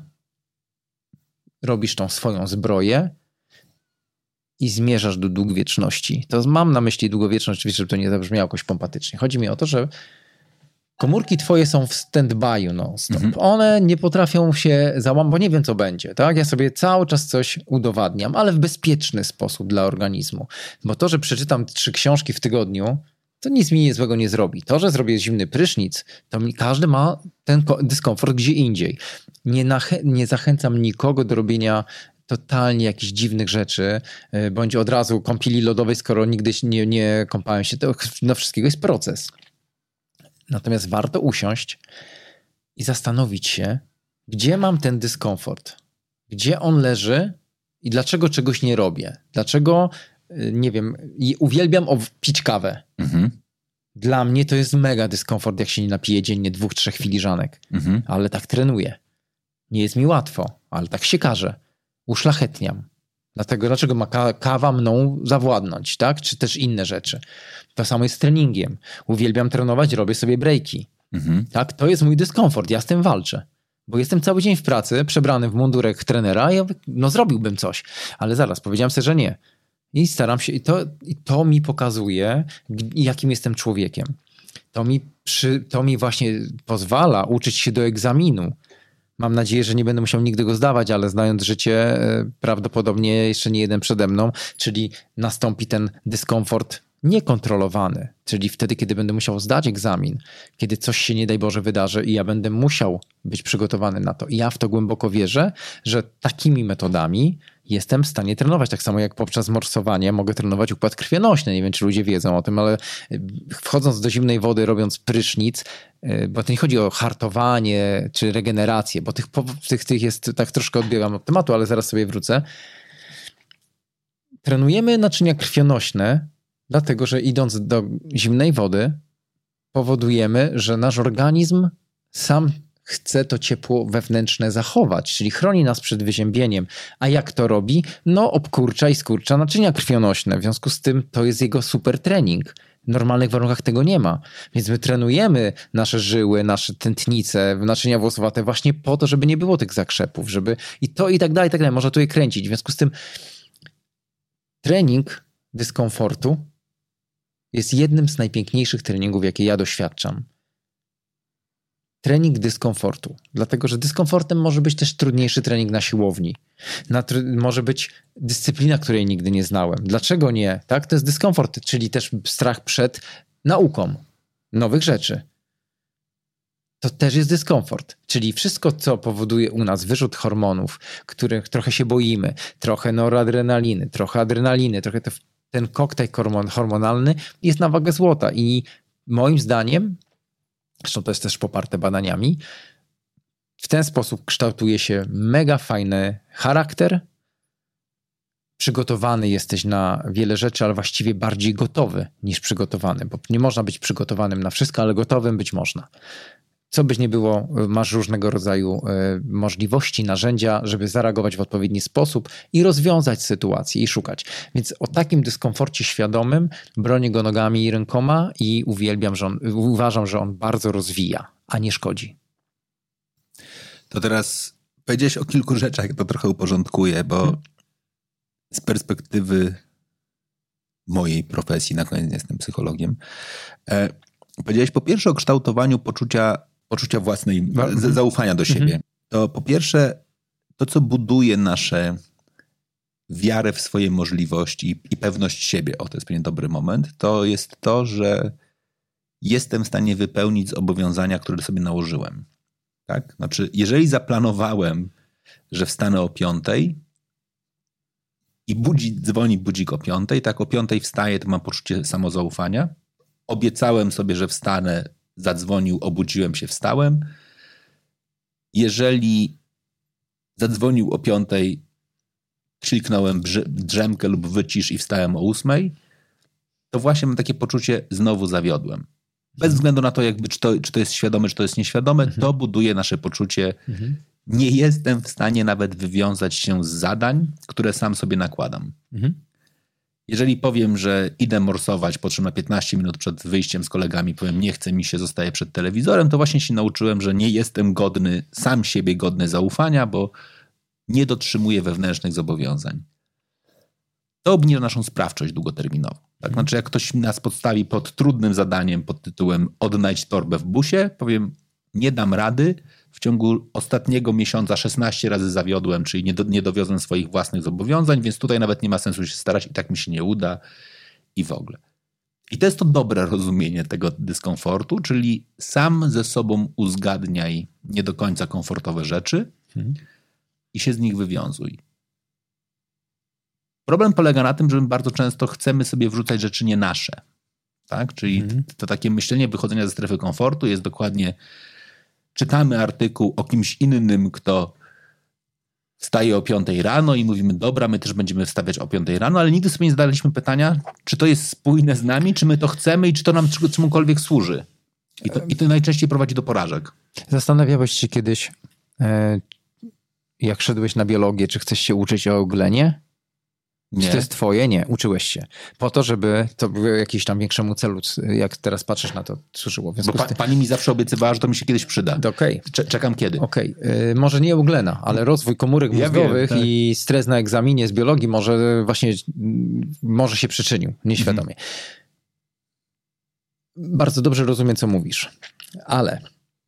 robisz tą swoją zbroję i zmierzasz do długowieczności. To mam na myśli długowieczność, oczywiście, żeby to nie zabrzmiało jakoś pompatycznie. Chodzi mi o to, że komórki twoje są w stand-by'u non-stop. Mhm. One nie potrafią się załamać, bo nie wiem, co będzie. Tak? Ja sobie cały czas coś udowadniam, ale w bezpieczny sposób dla organizmu. Bo to, że przeczytam trzy książki w tygodniu, to nic mi złego nie zrobi. To, że zrobię zimny prysznic, to mi, każdy ma ten dyskomfort gdzie indziej. Nie, nach- nie zachęcam nikogo do robienia totalnie jakichś dziwnych rzeczy, bądź od razu kąpieli lodowej, skoro nigdy nie, nie kąpałem się. To na wszystkiego jest proces. Natomiast warto usiąść i zastanowić się, gdzie mam ten dyskomfort, gdzie on leży i dlaczego czegoś nie robię. Dlaczego, nie wiem, uwielbiam pić kawę. Mhm. Dla mnie to jest mega dyskomfort, jak się nie napiję dziennie dwóch, trzech filiżanek. Mhm. Ale tak trenuję. Nie jest mi łatwo, ale tak się każe. Uszlachetniam. Dlatego, dlaczego ma kawa mną zawładnąć, tak? Czy też inne rzeczy. To samo jest z treningiem. Uwielbiam trenować, robię sobie breaki. Mhm. Tak? To jest mój dyskomfort, ja z tym walczę. Bo jestem cały dzień w pracy, przebrany w mundurek trenera, ja no zrobiłbym coś. Ale zaraz, powiedziałem sobie, że nie. I staram się, i to, i to mi pokazuje, jakim jestem człowiekiem. To mi, przy, to mi właśnie pozwala uczyć się do egzaminu. Mam nadzieję, że nie będę musiał nigdy go zdawać, ale znając życie, prawdopodobnie jeszcze nie jeden przede mną, czyli nastąpi ten dyskomfort niekontrolowany, czyli wtedy, kiedy będę musiał zdać egzamin, kiedy coś się, nie daj Boże, wydarzy i ja będę musiał być przygotowany na to. I ja w to głęboko wierzę, że takimi metodami jestem w stanie trenować. Tak samo jak podczas morsowania mogę trenować układ krwionośny. Nie wiem, czy ludzie wiedzą o tym, ale wchodząc do zimnej wody, robiąc prysznic, bo to nie chodzi o hartowanie czy regenerację, bo tych, tych, tych jest, tak troszkę odbiegam od tematu, ale zaraz sobie wrócę. Trenujemy naczynia krwionośne, dlatego że idąc do zimnej wody powodujemy, że nasz organizm sam chce to ciepło wewnętrzne zachować, czyli chroni nas przed wyziębieniem. A jak to robi? No obkurcza i skurcza naczynia krwionośne. W związku z tym to jest jego super trening. W normalnych warunkach tego nie ma. Więc my trenujemy nasze żyły, nasze tętnice, naczynia włosowate właśnie po to, żeby nie było tych zakrzepów, żeby i to i tak dalej, i tak dalej. Można tu je kręcić. W związku z tym trening dyskomfortu jest jednym z najpiękniejszych treningów, jakie ja doświadczam. Trening dyskomfortu. Dlatego, że dyskomfortem może być też trudniejszy trening na siłowni. Na tr- może być dyscyplina, której nigdy nie znałem. Dlaczego nie? Tak? To jest dyskomfort, czyli też strach przed nauką. nowych rzeczy, to też jest dyskomfort. Czyli wszystko, co powoduje u nas wyrzut hormonów, których trochę się boimy, trochę noradrenaliny, trochę adrenaliny, trochę to, ten koktajl hormonalny jest na wagę złota. I moim zdaniem, zresztą to jest też poparte badaniami, w ten sposób kształtuje się mega fajny charakter, przygotowany jesteś na wiele rzeczy, ale właściwie bardziej gotowy niż przygotowany, bo nie można być przygotowanym na wszystko, ale gotowym być można. Co byś nie było, masz różnego rodzaju możliwości, narzędzia, żeby zareagować w odpowiedni sposób i rozwiązać sytuację i szukać. Więc o takim dyskomforcie świadomym bronię go nogami i rękoma i uwielbiam, że on, uważam, że on bardzo rozwija, a nie szkodzi. To teraz powiedziałeś o kilku rzeczach, ja to trochę uporządkuję, bo hmm. z perspektywy mojej profesji, na koniec nie jestem psychologiem, e, powiedziałeś po pierwsze o kształtowaniu poczucia, poczucia własnej, hmm. zaufania do siebie. Hmm. To po pierwsze to, co buduje nasze wiarę w swoje możliwości i, i pewność siebie, o to jest pewnie dobry moment, to jest to, że jestem w stanie wypełnić zobowiązania, które sobie nałożyłem. Tak? Znaczy, jeżeli zaplanowałem, że wstanę o piątej i budzi, dzwoni budzik o piątej, tak o piątej wstaję, to mam poczucie samozaufania. Obiecałem sobie, że wstanę, zadzwonił, obudziłem się, wstałem. Jeżeli zadzwonił o piątej, kliknąłem drzemkę lub wycisz i wstałem o ósmej, to właśnie mam takie poczucie, znowu zawiodłem. Bez względu na to, jakby, czy, to, czy to jest świadome, czy to jest nieświadome, mhm. to buduje nasze poczucie. Mhm. Nie jestem w stanie nawet wywiązać się z zadań, które sam sobie nakładam. Mhm. Jeżeli powiem, że idę morsować, po czym na piętnaście minut przed wyjściem z kolegami powiem, nie chce mi się, zostaję przed telewizorem, to właśnie się nauczyłem, że nie jestem godny, sam siebie godny zaufania, bo nie dotrzymuję wewnętrznych zobowiązań. To obniża naszą sprawczość długoterminową. Tak? Znaczy, jak ktoś nas podstawi pod trudnym zadaniem pod tytułem odnajdź torbę w busie, powiem, nie dam rady. W ciągu ostatniego miesiąca szesnaście razy zawiodłem, czyli nie, do, nie dowiozłem swoich własnych zobowiązań, więc tutaj nawet nie ma sensu się starać i tak mi się nie uda i w ogóle. I to jest to dobre rozumienie tego dyskomfortu, czyli sam ze sobą uzgadniaj nie do końca komfortowe rzeczy hmm. i się z nich wywiązuj. Problem polega na tym, że my bardzo często chcemy sobie wrzucać rzeczy nie nasze. Tak? Czyli hmm. to takie myślenie wychodzenia ze strefy komfortu jest dokładnie, czytamy artykuł o kimś innym, kto wstaje o piątej rano i mówimy, dobra, my też będziemy wstawiać o piątej rano, ale nigdy sobie nie zadaliśmy pytania, czy to jest spójne z nami, czy my to chcemy i czy to nam czemukolwiek służy. I to, i to najczęściej prowadzi do porażek. Zastanawiałeś się kiedyś, jak szedłeś na biologię, czy chcesz się uczyć o glenie? Nie. Czy to jest twoje? Nie, uczyłeś się. Po to, żeby to było jakieś tam większemu celu, jak teraz patrzysz na to, służyło. Bo pa, pani mi zawsze obiecywała, że to mi się kiedyś przyda. Okay. Czekam kiedy. Okej, okay. Może nie uglena, ale rozwój komórek ja mózgowych wiem, tak. i stres na egzaminie z biologii może właśnie może się przyczynił, nieświadomie. Mhm. Bardzo dobrze rozumiem, co mówisz, ale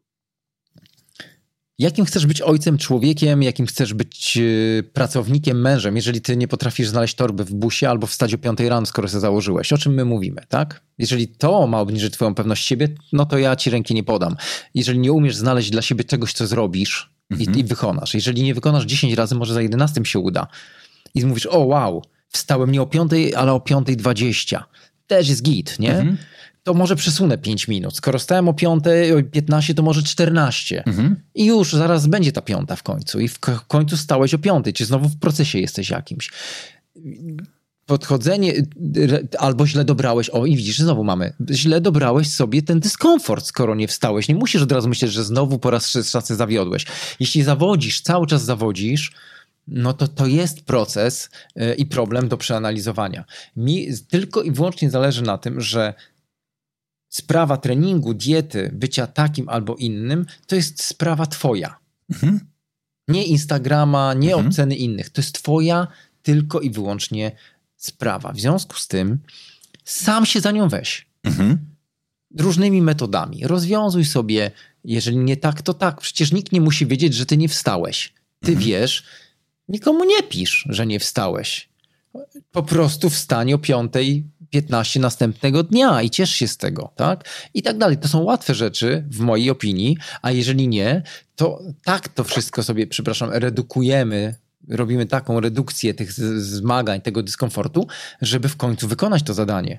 jakim chcesz być ojcem, człowiekiem, jakim chcesz być yy, pracownikiem, mężem, jeżeli ty nie potrafisz znaleźć torby w busie albo wstać o piątej rano, skoro się założyłeś? O czym my mówimy, tak? Jeżeli to ma obniżyć twoją pewność siebie, no to ja ci ręki nie podam. Jeżeli nie umiesz znaleźć dla siebie czegoś, co zrobisz mhm. i, i wykonasz. Jeżeli nie wykonasz dziesięć razy, może za jedenastym się uda. I mówisz, o wow, wstałem nie o piątej, ale o piątej dwadzieścia. Też jest git, nie? Mhm. To może przesunę pięć minut. Skoro stałem o piątej, o piętnaście, to może czternaście. Mhm. I już zaraz będzie ta piąta w końcu. I w końcu stałeś o piątej. Czy znowu w procesie jesteś jakimś? Podchodzenie, albo źle dobrałeś, o i widzisz, znowu mamy, źle dobrałeś sobie ten dyskomfort, skoro nie wstałeś. Nie musisz od razu myśleć, że znowu po raz trzeci zawiodłeś. Jeśli zawodzisz, cały czas zawodzisz, no to to jest proces i problem do przeanalizowania. Mi tylko i wyłącznie zależy na tym, że sprawa treningu, diety, bycia takim albo innym, to jest sprawa twoja. Mhm. Nie Instagrama, nie mhm. oceny innych. To jest twoja tylko i wyłącznie sprawa. W związku z tym sam się za nią weź. Mhm. Różnymi metodami. Rozwiązuj sobie, jeżeli nie tak, to tak. Przecież nikt nie musi wiedzieć, że ty nie wstałeś. Ty mhm. wiesz, nikomu nie pisz, że nie wstałeś. Po prostu wstań o piątej piętnaście następnego dnia i ciesz się z tego, tak? I tak dalej. To są łatwe rzeczy w mojej opinii, a jeżeli nie, to tak to wszystko sobie, przepraszam, redukujemy, robimy taką redukcję tych zmagań, tego dyskomfortu, żeby w końcu wykonać to zadanie.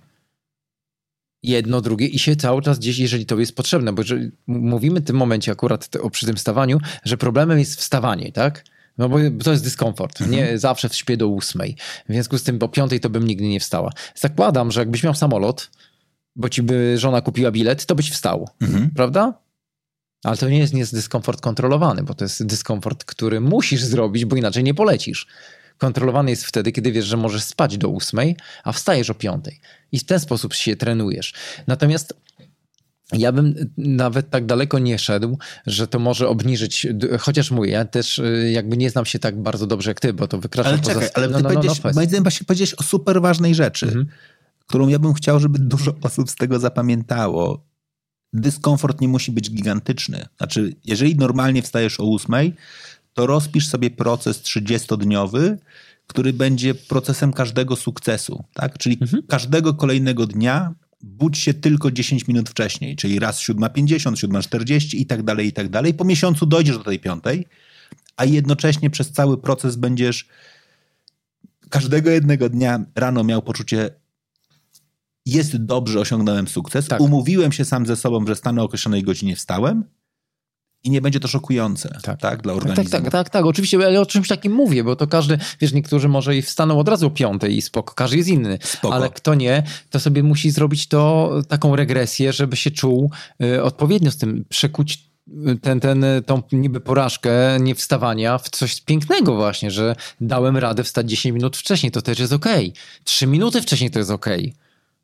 Jedno, drugie i się cały czas gdzieś, jeżeli to jest potrzebne, bo jeżeli mówimy w tym momencie akurat te, o, przy tym wstawaniu, że problemem jest wstawanie, tak? No bo to jest dyskomfort. Mhm. Nie zawsze śpię do ósmej. W związku z tym po piątej to bym nigdy nie wstała. Zakładam, że jakbyś miał samolot, bo ci by żona kupiła bilet, to byś wstał. Mhm. Prawda? Ale to nie jest, nie jest dyskomfort kontrolowany, bo to jest dyskomfort, który musisz zrobić, bo inaczej nie polecisz. Kontrolowany jest wtedy, kiedy wiesz, że możesz spać do ósmej, a wstajesz o piątej. I w ten sposób się trenujesz. Natomiast ja bym nawet tak daleko nie szedł, że to może obniżyć, chociaż mówię, ja też jakby nie znam się tak bardzo dobrze jak ty, bo to wykracza ale poza... Czekaj, ale no, ty no, powiedziałeś, no, no, moim zdaniem właśnie powiedziałeś o super ważnej rzeczy, mhm. którą ja bym chciał, żeby dużo osób z tego zapamiętało. Dyskomfort nie musi być gigantyczny. Znaczy, jeżeli normalnie wstajesz o ósmej, to rozpisz sobie proces trzydziestodniowy, który będzie procesem każdego sukcesu. Tak? Czyli mhm. każdego kolejnego dnia budź się tylko dziesięć minut wcześniej, czyli raz siódma pięćdziesiąt, siódma czterdzieści i tak dalej, i tak dalej. Po miesiącu dojdziesz do tej piątej, a jednocześnie przez cały proces będziesz każdego jednego dnia rano miał poczucie, jest dobrze, osiągnąłem sukces, tak. umówiłem się sam ze sobą, że stanę o określonej godzinie, wstałem i nie będzie to szokujące, tak, tak dla organizmu. Tak, tak, tak, tak, oczywiście, ale o czymś takim mówię, bo to każdy, wiesz, niektórzy może i wstaną od razu o piątej i spoko, każdy jest inny, spoko. Ale kto nie, to sobie musi zrobić to, taką regresję, żeby się czuł y, odpowiednio z tym, przekuć ten, ten, tą niby porażkę niewstawania w coś pięknego właśnie, że dałem radę wstać dziesięć minut wcześniej, to też jest okej. trzy minuty wcześniej to jest okej.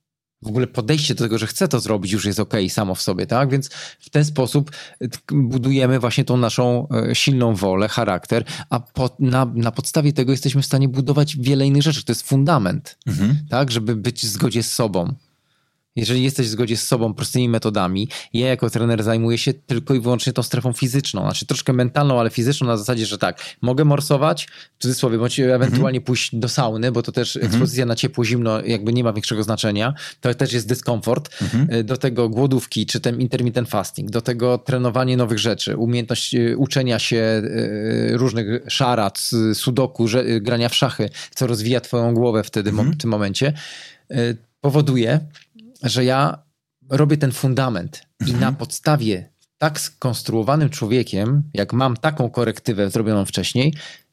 W ogóle podejście do tego, że chcę to zrobić, już jest okej samo w sobie, tak? Więc w ten sposób budujemy właśnie tą naszą silną wolę, charakter, a po, na, na podstawie tego jesteśmy w stanie budować wiele innych rzeczy. To jest fundament, mhm. tak? Żeby być w zgodzie z sobą. Jeżeli jesteś w zgodzie z sobą prostymi metodami, ja jako trener zajmuję się tylko i wyłącznie tą strefą fizyczną, znaczy troszkę mentalną, ale fizyczną na zasadzie, że tak, mogę morsować, w cudzysłowie, bądź ewentualnie mm-hmm. pójść do sauny, bo to też mm-hmm. ekspozycja na ciepło, zimno jakby nie ma większego znaczenia, to też jest dyskomfort. Mm-hmm. Do tego głodówki, czy ten intermittent fasting, do tego trenowanie nowych rzeczy, umiejętność uczenia się różnych szarat, sudoku, grania w szachy, co rozwija twoją głowę wtedy mm-hmm. w tym momencie, powoduje, że ja robię ten fundament i mhm. na podstawie tak skonstruowanym człowiekiem, jak mam taką korektywę zrobioną wcześniej,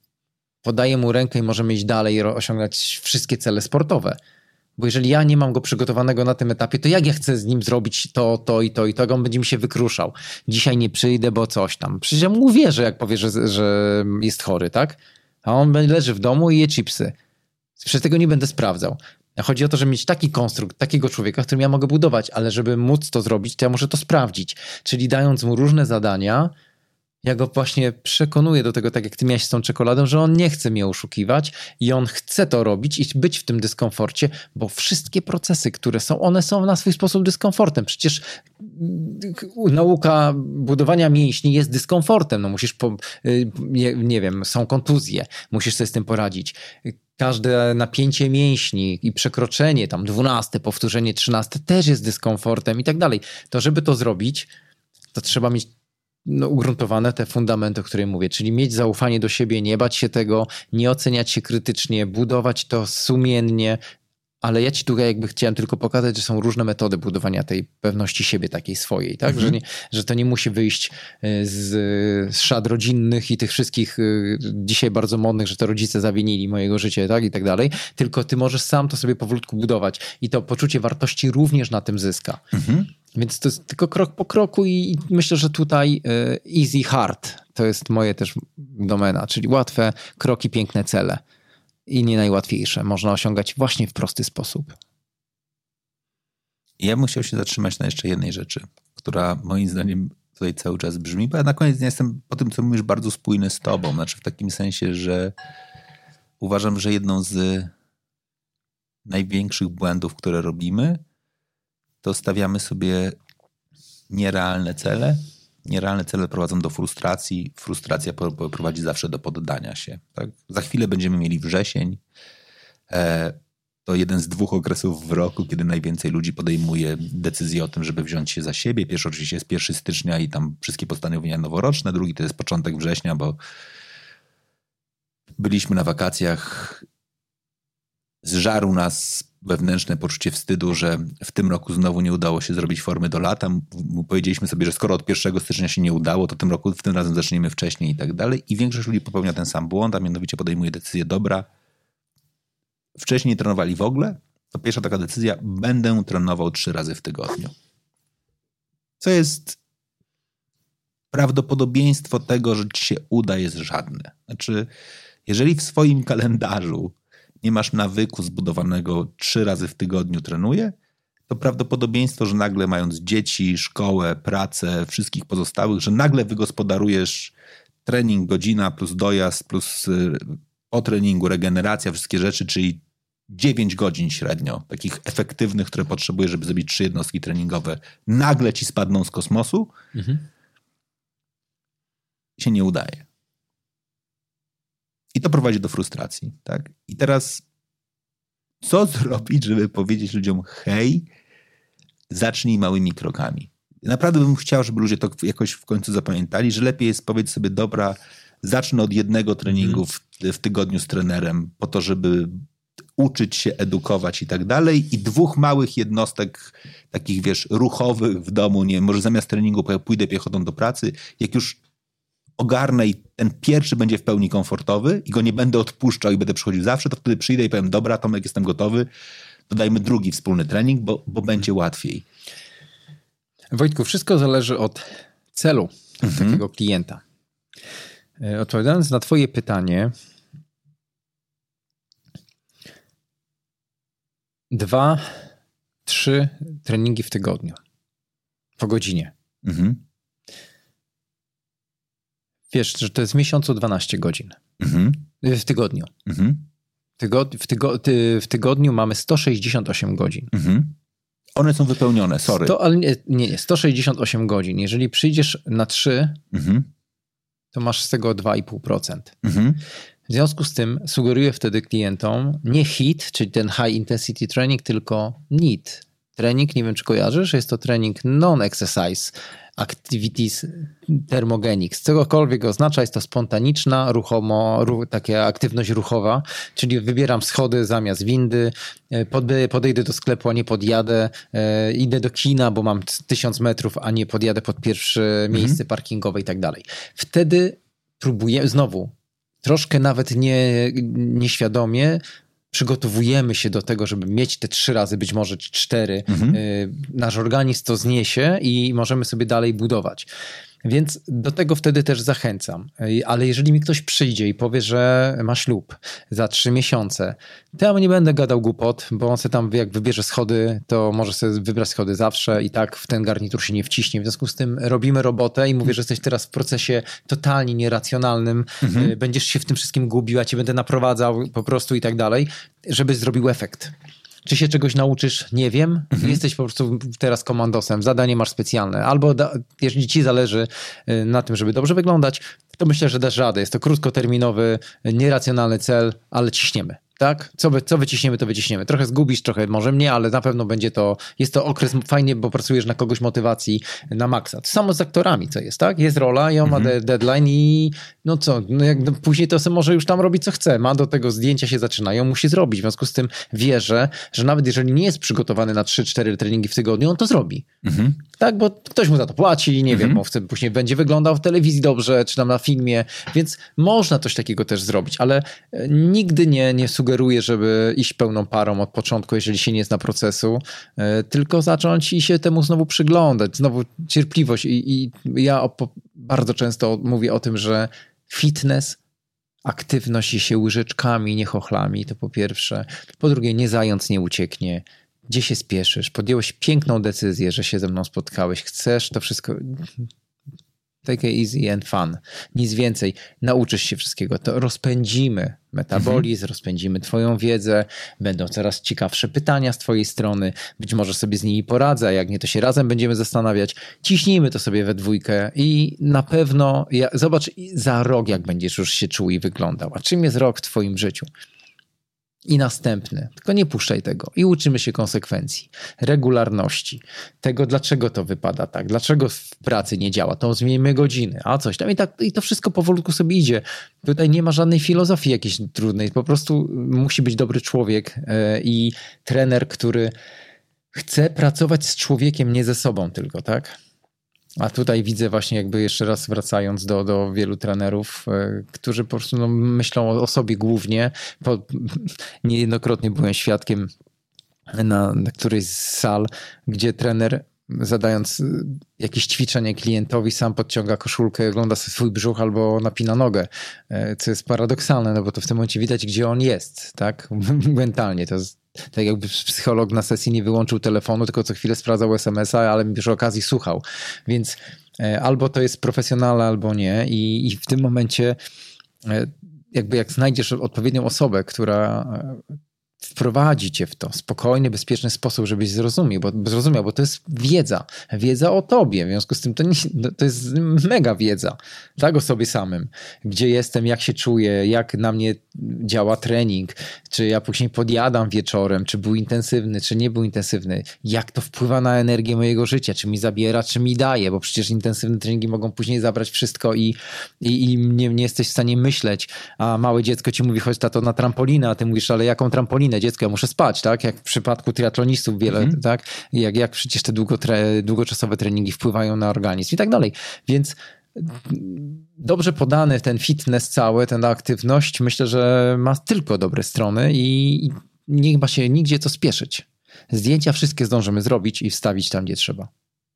podaję mu rękę i możemy iść dalej i osiągać wszystkie cele sportowe. Bo jeżeli ja nie mam go przygotowanego na tym etapie, to jak ja chcę z nim zrobić to, to i to i to, jak on będzie mi się wykruszał. Dzisiaj nie przyjdę, bo coś tam. Przecież ja mu uwierzę, jak powie, że, że jest chory, tak? A on leży w domu i je chipsy. Przecież tego nie będę sprawdzał. Chodzi o to, żeby mieć taki konstrukt, takiego człowieka, którym ja mogę budować, ale żeby móc to zrobić, to ja muszę to sprawdzić. Czyli dając mu różne zadania, ja go właśnie przekonuję do tego, tak jak ty miałeś z tą czekoladą, że on nie chce mnie oszukiwać i on chce to robić i być w tym dyskomforcie, bo wszystkie procesy, które są, one są na swój sposób dyskomfortem. Przecież nauka budowania mięśni jest dyskomfortem. No musisz, po, nie, nie wiem, są kontuzje, musisz sobie z tym poradzić. Każde napięcie mięśni i przekroczenie, tam dwunaste, powtórzenie trzynaste też jest dyskomfortem i tak dalej. To żeby to zrobić, to trzeba mieć no, ugruntowane te fundamenty, o których mówię, czyli mieć zaufanie do siebie, nie bać się tego, nie oceniać się krytycznie, budować to sumiennie, ale ja ci tutaj jakby chciałem tylko pokazać, że są różne metody budowania tej pewności siebie takiej swojej, tak? Mhm. Że, nie, że to nie musi wyjść z, z szat rodzinnych i tych wszystkich dzisiaj bardzo modnych, że to rodzice zawinili mojego życia, tak? I tak dalej, tylko ty możesz sam to sobie powolutku budować i to poczucie wartości również na tym zyska. Mhm. Więc to jest tylko krok po kroku i myślę, że tutaj easy hard to jest moje też domena, czyli łatwe kroki, piękne cele. I nie najłatwiejsze. Można osiągać właśnie w prosty sposób. Ja bym chciał się zatrzymać na jeszcze jednej rzeczy, która moim zdaniem tutaj cały czas brzmi, bo ja na koniec nie jestem po tym, co mówisz, bardzo spójny z tobą. Znaczy w takim sensie, że uważam, że jedną z największych błędów, które robimy, to stawiamy sobie nierealne cele. Nierealne cele prowadzą do frustracji. Frustracja prowadzi zawsze do poddania się. Tak? Za chwilę będziemy mieli wrzesień. E, to jeden z dwóch okresów w roku, kiedy najwięcej ludzi podejmuje decyzję o tym, żeby wziąć się za siebie. Pierwszy oczywiście jest pierwszego stycznia i tam wszystkie postanowienia noworoczne. Drugi to jest początek września, bo byliśmy na wakacjach. Zżarł nas wewnętrzne poczucie wstydu, że w tym roku znowu nie udało się zrobić formy do lata. Powiedzieliśmy sobie, że skoro od pierwszego stycznia się nie udało, to tym roku, w tym razem zaczniemy wcześniej i tak dalej. I większość ludzi popełnia ten sam błąd, a mianowicie podejmuje decyzję, dobra, wcześniej nie trenowali w ogóle, to pierwsza taka decyzja, będę trenował trzy razy w tygodniu. Co jest prawdopodobieństwo tego, że ci się uda, jest żadne. Znaczy, jeżeli w swoim kalendarzu nie masz nawyku zbudowanego trzy razy w tygodniu trenuję, to prawdopodobieństwo, że nagle mając dzieci, szkołę, pracę, wszystkich pozostałych, że nagle wygospodarujesz trening, godzina plus dojazd, plus po treningu regeneracja, wszystkie rzeczy, czyli dziewięć godzin średnio, takich efektywnych, które potrzebujesz, żeby zrobić trzy jednostki treningowe, nagle ci spadną z kosmosu, mhm. się nie udaje. I to prowadzi do frustracji. Tak? I teraz co zrobić, żeby powiedzieć ludziom, hej, zacznij małymi krokami. Naprawdę bym chciał, żeby ludzie to jakoś w końcu zapamiętali, że lepiej jest powiedzieć sobie, dobra, zacznę od jednego treningu w, w tygodniu z trenerem, po to, żeby uczyć się, edukować i tak dalej, i dwóch małych jednostek takich, wiesz, ruchowych w domu, nie może zamiast treningu pójdę piechotą do pracy, jak już ogarnę i ten pierwszy będzie w pełni komfortowy i go nie będę odpuszczał i będę przychodził zawsze, to wtedy przyjdę i powiem, dobra, Tomek, jestem gotowy, dodajmy drugi wspólny trening, bo, bo będzie łatwiej. Wojtku, wszystko zależy od celu mhm. takiego klienta. Odpowiadając na twoje pytanie, dwa, trzy treningi w tygodniu. Po godzinie. Mhm. Wiesz, że to jest w miesiącu dwanaście godzin. Mhm. W tygodniu. Mhm. Tygod- w, tygo- ty- w tygodniu mamy sto sześćdziesiąt osiem godzin. Mhm. One są wypełnione, sorry. sto, ale nie, nie, nie, sto sześćdziesiąt osiem godzin. Jeżeli przyjdziesz na trzy, mhm. to masz z tego dwa i pół procent. Mhm. W związku z tym sugeruję wtedy klientom nie H I I T, czyli ten High Intensity Training, tylko N I T. Trening, nie wiem czy kojarzysz, jest to trening non-exercise activities thermogenics. Cokolwiek oznacza, jest to spontaniczna, ruchomo, ruch, taka aktywność ruchowa, czyli wybieram schody zamiast windy, podejdę do sklepu, a nie podjadę, idę do kina, bo mam tysiąc metrów, a nie podjadę pod pierwsze miejsce mhm. parkingowe i tak dalej. Wtedy próbuję, znowu, troszkę nawet nie, nieświadomie przygotowujemy się do tego, żeby mieć te trzy razy, być może cztery. Mhm. Nasz organizm to zniesie i możemy sobie dalej budować. Więc do tego wtedy też zachęcam. Ale jeżeli mi ktoś przyjdzie i powie, że ma ślub za trzy miesiące, to ja nie będę gadał głupot, bo on sobie tam, jak wybierze schody, to może sobie wybrać schody zawsze i tak w ten garnitur się nie wciśnie. W związku z tym robimy robotę i mówię, że jesteś teraz w procesie totalnie nieracjonalnym, mhm. będziesz się w tym wszystkim gubił, ja cię będę naprowadzał po prostu i tak dalej, żeby zrobił efekt. Czy się czegoś nauczysz? Nie wiem. Mhm. Jesteś po prostu teraz komandosem. Zadanie masz specjalne. Albo da, jeżeli ci zależy na tym, żeby dobrze wyglądać, to myślę, że dasz radę. Jest to krótkoterminowy, nieracjonalny cel, ale ciśniemy. Tak? Co, wy, co wyciśniemy, to wyciśniemy. Trochę zgubisz, trochę może mnie, ale na pewno będzie to, jest to okres fajnie, bo pracujesz na kogoś motywacji na maksa. To samo z aktorami, co jest, tak? Jest rola i on mhm. ma de- deadline i no co, no jak, no później to sobie może już tam robić co chce. Ma do tego zdjęcia się zaczynają, musi zrobić. W związku z tym wierzę, że nawet jeżeli nie jest przygotowany na trzy cztery treningi w tygodniu, on to zrobi. Mhm. Tak, bo ktoś mu za to płaci, nie mhm. wiem, bo chce, później będzie wyglądał w telewizji dobrze, czy tam na filmie, więc można coś takiego też zrobić, ale nigdy nie, nie sugeruję, żeby iść pełną parą od początku, jeżeli się nie zna procesu, tylko zacząć i się temu znowu przyglądać. Znowu cierpliwość. I, i ja o, bardzo często mówię o tym, że fitness, aktywność je się łyżeczkami, nie chochlami, to po pierwsze. Po drugie, nie zając nie ucieknie. Gdzie się spieszysz? Podjąłeś piękną decyzję, że się ze mną spotkałeś. Chcesz to wszystko... Take it easy and fun. Nic więcej. Nauczysz się wszystkiego. To rozpędzimy metabolizm, mhm. rozpędzimy twoją wiedzę, będą coraz ciekawsze pytania z twojej strony, być może sobie z nimi poradzę, a jak nie, to się razem będziemy zastanawiać. Ciśnijmy to sobie we dwójkę i na pewno, ja, zobacz za rok, jak będziesz już się czuł i wyglądał. A czym jest rok w twoim życiu? I następny. Tylko nie puszczaj tego. I uczymy się konsekwencji, regularności, tego dlaczego to wypada tak, dlaczego w pracy nie działa, to zmieńmy godziny, a coś tam. I, tak, i to wszystko powolutku sobie idzie. Tutaj nie ma żadnej filozofii jakiejś trudnej. Po prostu musi być dobry człowiek yy, i trener, który chce pracować z człowiekiem, nie ze sobą tylko, tak? A tutaj widzę właśnie jakby jeszcze raz wracając do, do wielu trenerów, y, którzy po prostu no, myślą o, o sobie głównie. Po, niejednokrotnie byłem świadkiem na, na którejś z sal, gdzie trener zadając jakieś ćwiczenie klientowi sam podciąga koszulkę, ogląda sobie swój brzuch albo napina nogę, co jest paradoksalne, no bo to w tym momencie widać, gdzie on jest, tak? Mentalnie. To jest tak jakby psycholog na sesji nie wyłączył telefonu, tylko co chwilę sprawdzał es em es a, ale przy okazji słuchał. Więc albo to jest profesjonalne, albo nie. I, i w tym momencie jakby jak znajdziesz odpowiednią osobę, która wprowadzi cię w to w spokojny, bezpieczny sposób, żebyś zrozumiał, bo, zrozumiał, bo to jest wiedza. Wiedza o tobie. W związku z tym to, nie, to jest mega wiedza. Tak, o sobie samym. Gdzie jestem, jak się czuję, jak na mnie działa trening, czy ja później podjadam wieczorem, czy był intensywny, czy nie był intensywny, jak to wpływa na energię mojego życia, czy mi zabiera, czy mi daje, bo przecież intensywne treningi mogą później zabrać wszystko i, i, i nie, nie jesteś w stanie myśleć, a małe dziecko ci mówi, chodź tato na trampolinę, a ty mówisz, ale jaką trampolinę? Dziecko, ja muszę spać, tak? Jak w przypadku triatlonistów wiele, mhm. tak? Jak, jak przecież te długo, tre, długoczasowe treningi wpływają na organizm i tak dalej. Więc dobrze podany ten fitness cały, ta aktywność, myślę, że ma tylko dobre strony i, i nie chyba się nigdzie co spieszyć. Zdjęcia wszystkie zdążymy zrobić i wstawić tam, gdzie trzeba.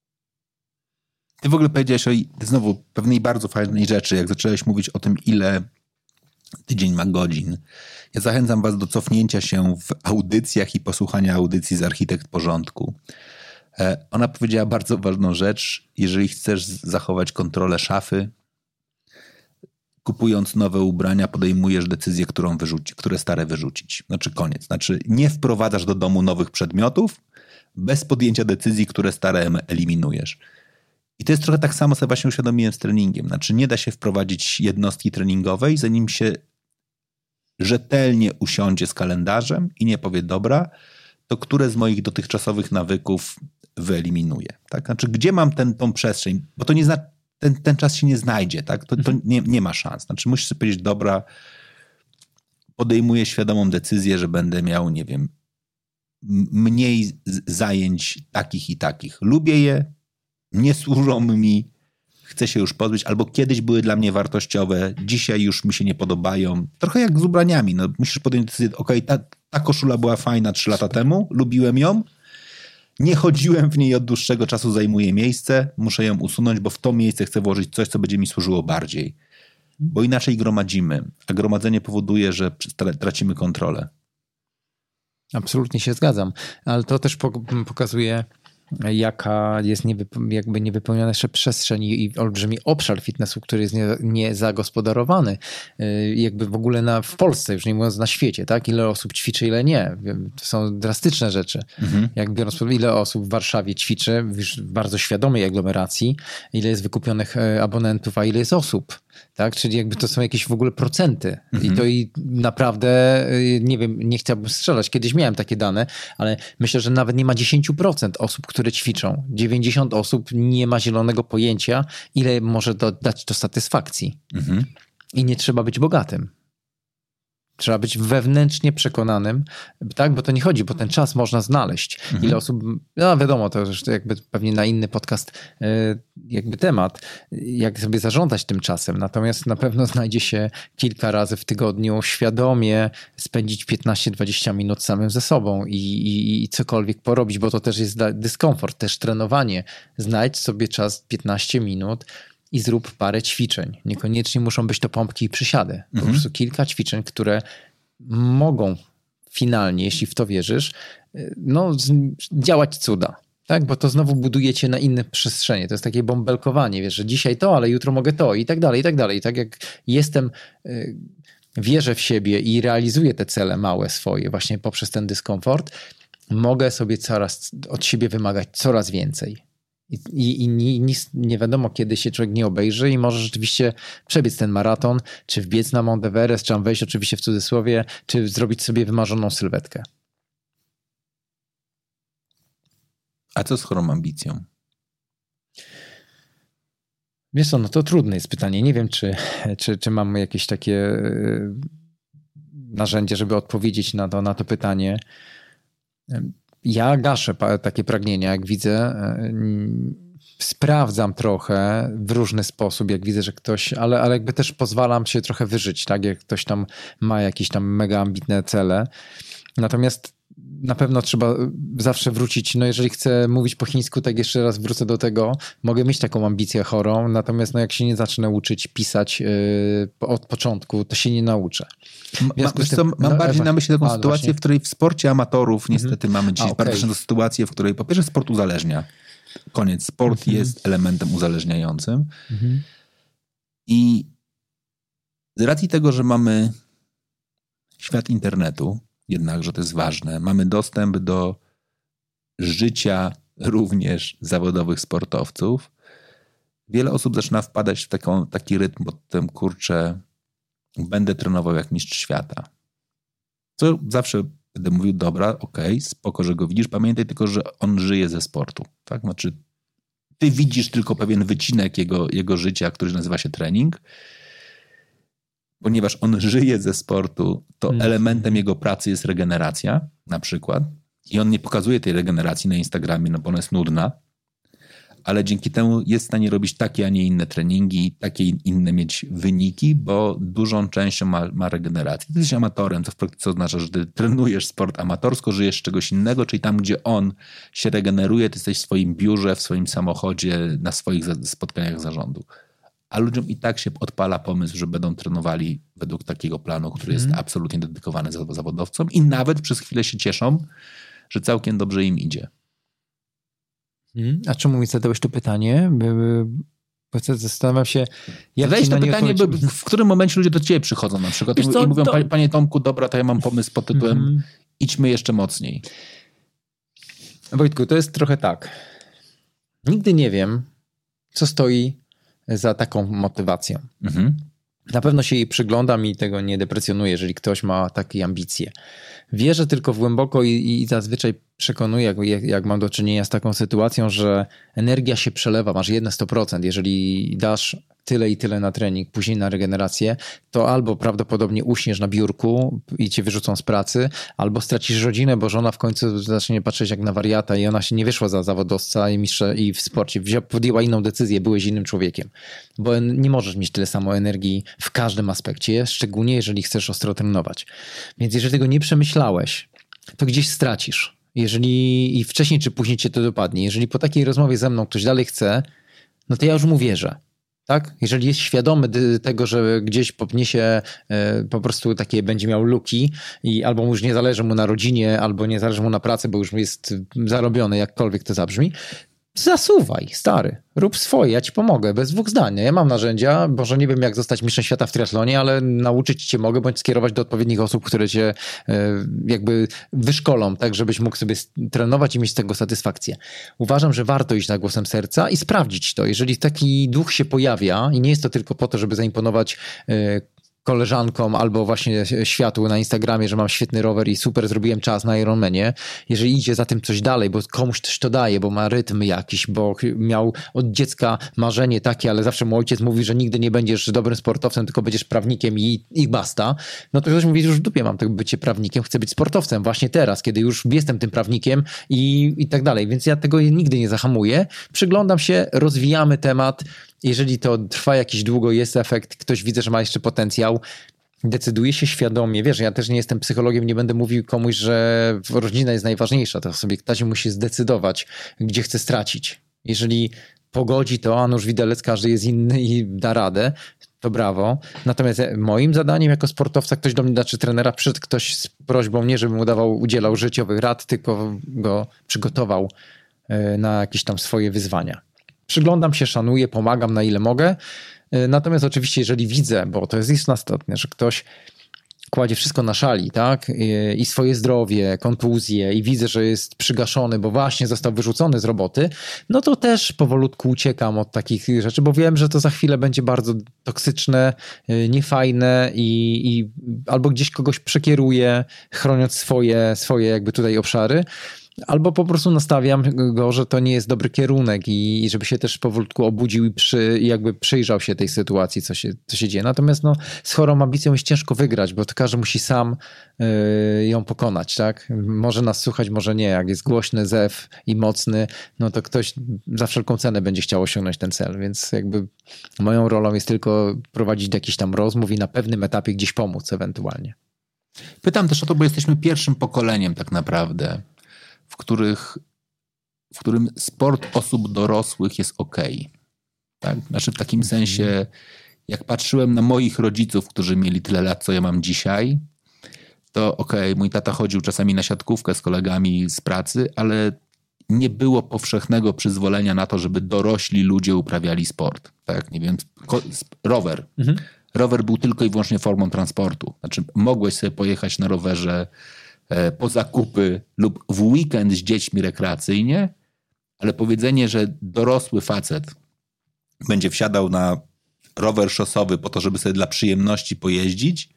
Ty w ogóle powiedziałeś o znowu pewnej bardzo fajnej rzeczy, jak zacząłeś mówić o tym, ile tydzień ma godzin. Ja zachęcam was do cofnięcia się w audycjach i posłuchania audycji z Architekt Porządku. Ona powiedziała bardzo ważną rzecz. Jeżeli chcesz zachować kontrolę szafy, kupując nowe ubrania, podejmujesz decyzję, którą wyrzuci, które stare wyrzucić. Znaczy koniec. Znaczy nie wprowadzasz do domu nowych przedmiotów bez podjęcia decyzji, które stare eliminujesz. I to jest trochę tak samo, co właśnie uświadomiłem z treningiem. Znaczy nie da się wprowadzić jednostki treningowej, zanim się rzetelnie usiądzie z kalendarzem i nie powie, dobra, to które z moich dotychczasowych nawyków wyeliminuję. Tak? Znaczy, gdzie mam ten, tą przestrzeń? Bo to nie zna, ten, ten czas się nie znajdzie. Tak? To, to nie, nie ma szans. Znaczy, musisz sobie powiedzieć, dobra, podejmuję świadomą decyzję, że będę miał, nie wiem, mniej zajęć takich i takich. Lubię je, nie służą mi, chcę się już pozbyć, albo kiedyś były dla mnie wartościowe, dzisiaj już mi się nie podobają. Trochę jak z ubraniami. No, musisz podjąć decyzję, okej, okay, ta, ta koszula była fajna trzy lata temu, lubiłem ją, nie chodziłem w niej od dłuższego czasu, zajmuje miejsce, muszę ją usunąć, bo w to miejsce chcę włożyć coś, co będzie mi służyło bardziej. Bo inaczej gromadzimy, a gromadzenie powoduje, że tracimy kontrolę. Absolutnie się zgadzam, ale to też pokazuje, jaka jest niewypo- jakby niewypełniona jeszcze przestrzeń i olbrzymi obszar fitnessu, który jest nie, nie zagospodarowany. Jakby w ogóle na, w Polsce, już nie mówiąc na świecie, tak? Ile osób ćwiczy, ile nie. To są drastyczne rzeczy. Mhm. Jak biorąc pod uwagę, ile osób w Warszawie ćwiczy, już w bardzo świadomej aglomeracji, ile jest wykupionych abonentów, a ile jest osób. Tak? Czyli jakby to są jakieś w ogóle procenty. Mhm. I to i naprawdę, nie wiem, nie chciałbym strzelać. Kiedyś miałem takie dane, ale myślę, że nawet nie ma dziesięć procent osób, które ćwiczą. dziewięćdziesiąt osób nie ma zielonego pojęcia, ile może to dać to satysfakcji. Mhm. I nie trzeba być bogatym. Trzeba być wewnętrznie przekonanym, tak? Bo to nie chodzi, bo ten czas można znaleźć. Mhm. Ile osób, no wiadomo, to już jakby pewnie na inny podcast jakby temat, jak sobie zarządzać tym czasem. Natomiast na pewno znajdzie się kilka razy w tygodniu świadomie spędzić piętnaście dwadzieścia minut samym ze sobą i, i, i cokolwiek porobić, bo to też jest dyskomfort, też trenowanie. Znajdź sobie czas piętnaście minut i zrób parę ćwiczeń. Niekoniecznie muszą być to pompki i przysiady. Mhm. Po prostu kilka ćwiczeń, które mogą finalnie, jeśli w to wierzysz, no, działać cuda. Tak? Bo to znowu budujecie na inne przestrzenie. To jest takie bąbelkowanie, wiesz, że dzisiaj to, ale jutro mogę to i tak dalej, i tak dalej. I tak jak jestem, wierzę w siebie i realizuję te cele małe swoje właśnie poprzez ten dyskomfort, mogę sobie coraz od siebie wymagać coraz więcej. I, i, i nic nie wiadomo, kiedy się człowiek nie obejrzy i może rzeczywiście przebiec ten maraton, czy wbiec na Mount Everest, czy tam wejść oczywiście w cudzysłowie, czy zrobić sobie wymarzoną sylwetkę. A co z chorą ambicją? Wiesz co, no to trudne jest pytanie. Nie wiem, czy, czy, czy mam jakieś takie narzędzie, żeby odpowiedzieć na to, na to pytanie. Ja gaszę takie pragnienia, jak widzę. Sprawdzam trochę w różny sposób, jak widzę, że ktoś, ale, ale jakby też pozwalam się trochę wyżyć, tak? Jak ktoś tam ma jakieś tam mega ambitne cele. Natomiast na pewno trzeba zawsze wrócić, no jeżeli chcę mówić po chińsku, tak jeszcze raz wrócę do tego, mogę mieć taką ambicję chorą, natomiast no jak się nie zacznę uczyć pisać yy, od początku, to się nie nauczę. Ma, wiesz co, mam no, bardziej na myśli taką a, sytuację, właśnie. w której w sporcie amatorów niestety mm-hmm. mamy dzisiaj a, okay. bardzo często sytuację, w której po pierwsze sport uzależnia. Koniec. Sport mm-hmm. jest elementem uzależniającym. Mm-hmm. I z racji tego, że mamy świat internetu, jednakże to jest ważne. Mamy dostęp do życia również zawodowych sportowców. Wiele osób zaczyna wpadać w taką, taki rytm pod tym, kurczę, będę trenował jak mistrz świata. Co zawsze będę mówił, dobra, okej, okay, spoko, że go widzisz. Pamiętaj tylko, że on żyje ze sportu. Tak? Znaczy, ty widzisz tylko pewien wycinek jego, jego życia, który nazywa się trening. Ponieważ on żyje ze sportu, to hmm. elementem jego pracy jest regeneracja na przykład. I on nie pokazuje tej regeneracji na Instagramie, no bo ona jest nudna, ale dzięki temu jest w stanie robić takie, a nie inne treningi, takie inne mieć wyniki, bo dużą częścią ma, ma regeneracji. Ty jesteś amatorem, co w praktyce oznacza, że ty trenujesz sport amatorsko, żyjesz z czegoś innego, czyli tam, gdzie on się regeneruje, ty jesteś w swoim biurze, w swoim samochodzie, na swoich spotkaniach zarządu. A ludziom i tak się odpala pomysł, że będą trenowali według takiego planu, który mm. jest absolutnie dedykowany zawodowcom i nawet przez chwilę się cieszą, że całkiem dobrze im idzie. Mm. A czemu mi zadałeś to pytanie? Bo zastanawiam się, jak Zadałeś to pytanie, bo w którym momencie ludzie do ciebie przychodzą na przykład i, co, i mówią, to... panie Tomku, dobra, to ja mam pomysł pod tytułem mm. idźmy jeszcze mocniej. Wojtku, to jest trochę tak. Nigdy nie wiem, co stoi za taką motywacją. Mhm. Na pewno się jej przyglądam i tego nie deprecjonuję, jeżeli ktoś ma takie ambicje. Wierzę tylko głęboko i, i zazwyczaj przekonuję, jak, jak mam do czynienia z taką sytuacją, że energia się przelewa, masz jedno sto procent. Jeżeli dasz tyle i tyle na trening, później na regenerację, to albo prawdopodobnie uśniesz na biurku i cię wyrzucą z pracy, albo stracisz rodzinę, bo żona w końcu zacznie patrzeć jak na wariata i ona się nie wyszła za zawodowca i mistrza i w sporcie. Wzięła, podjęła inną decyzję, byłeś innym człowiekiem. Bo nie możesz mieć tyle samo energii w każdym aspekcie, szczególnie jeżeli chcesz ostro trenować. Więc jeżeli tego nie przemyślałeś, to gdzieś stracisz. Jeżeli i wcześniej czy później cię to dopadnie. Jeżeli po takiej rozmowie ze mną ktoś dalej chce, no to ja już mu wierzę. Tak? Jeżeli jest świadomy tego, że gdzieś podniesie po prostu takie, będzie miał luki i albo już nie zależy mu na rodzinie, albo nie zależy mu na pracy, bo już jest zarobiony, jakkolwiek to zabrzmi, zasuwaj, stary, rób swoje, ja ci pomogę, bez dwóch zdań. Ja mam narzędzia, może nie wiem jak zostać mistrzem świata w triathlonie, ale nauczyć cię mogę, bądź skierować do odpowiednich osób, które cię jakby wyszkolą, tak żebyś mógł sobie trenować i mieć z tego satysfakcję. Uważam, że warto iść na głosem serca i sprawdzić to. Jeżeli taki duch się pojawia i nie jest to tylko po to, żeby zaimponować koleżankom albo właśnie światu na Instagramie, że mam świetny rower i super zrobiłem czas na Ironmanie. Jeżeli idzie za tym coś dalej, bo komuś coś to daje, bo ma rytm jakiś, bo miał od dziecka marzenie takie, ale zawsze mój ojciec mówi, że nigdy nie będziesz dobrym sportowcem, tylko będziesz prawnikiem i, i basta, no to ktoś mówi, że już w dupie mam tego bycie prawnikiem, chcę być sportowcem właśnie teraz, kiedy już jestem tym prawnikiem i, i tak dalej. Więc ja tego nigdy nie zahamuję. Przyglądam się, rozwijamy temat. Jeżeli to trwa jakiś długo, jest efekt, ktoś widzę, że ma jeszcze potencjał, decyduje się świadomie. Wiesz, ja też nie jestem psychologiem, nie będę mówił komuś, że rodzina jest najważniejsza, to sobie ktoś musi zdecydować, gdzie chce stracić. Jeżeli pogodzi to, a nóż widelec, każdy jest inny i da radę, to brawo. Natomiast moim zadaniem jako sportowca, ktoś do mnie, znaczy trenera, przyszedł ktoś z prośbą, nie żebym mu dawał, udzielał życiowych rad, tylko go przygotował na jakieś tam swoje wyzwania. Przyglądam się, szanuję, pomagam na ile mogę. Natomiast oczywiście, jeżeli widzę, bo to jest istotne, że ktoś kładzie wszystko na szali, tak? I, i swoje zdrowie, kontuzje i widzę, że jest przygaszony, bo właśnie został wyrzucony z roboty, no to też powolutku uciekam od takich rzeczy, bo wiem, że to za chwilę będzie bardzo toksyczne, niefajne i, i albo gdzieś kogoś przekieruję, chroniąc swoje, swoje jakby tutaj obszary, albo po prostu nastawiam go, że to nie jest dobry kierunek i, i żeby się też powolutku obudził i, przy, i jakby przyjrzał się tej sytuacji, co się, co się dzieje. Natomiast no, z chorą ambicją jest ciężko wygrać, bo to każdy musi sam y, ją pokonać, tak? Może nas słuchać, może nie. Jak jest głośny zew i mocny, no to ktoś za wszelką cenę będzie chciał osiągnąć ten cel, więc jakby moją rolą jest tylko prowadzić do jakichś tam rozmów i na pewnym etapie gdzieś pomóc ewentualnie. Pytam też o to, bo jesteśmy pierwszym pokoleniem tak naprawdę, w, których, w którym sport osób dorosłych jest okej. Tak? Znaczy w takim sensie, jak patrzyłem na moich rodziców, którzy mieli tyle lat, co ja mam dzisiaj, to okej, mój tata chodził czasami na siatkówkę z kolegami z pracy, ale nie było powszechnego przyzwolenia na to, żeby dorośli ludzie uprawiali sport. Tak? Nie wiem, rower. Mhm. Rower był tylko i wyłącznie formą transportu. Znaczy mogłeś sobie pojechać na rowerze po zakupy lub w weekend z dziećmi rekreacyjnie, ale powiedzenie, że dorosły facet będzie wsiadał na rower szosowy po to, żeby sobie dla przyjemności pojeździć,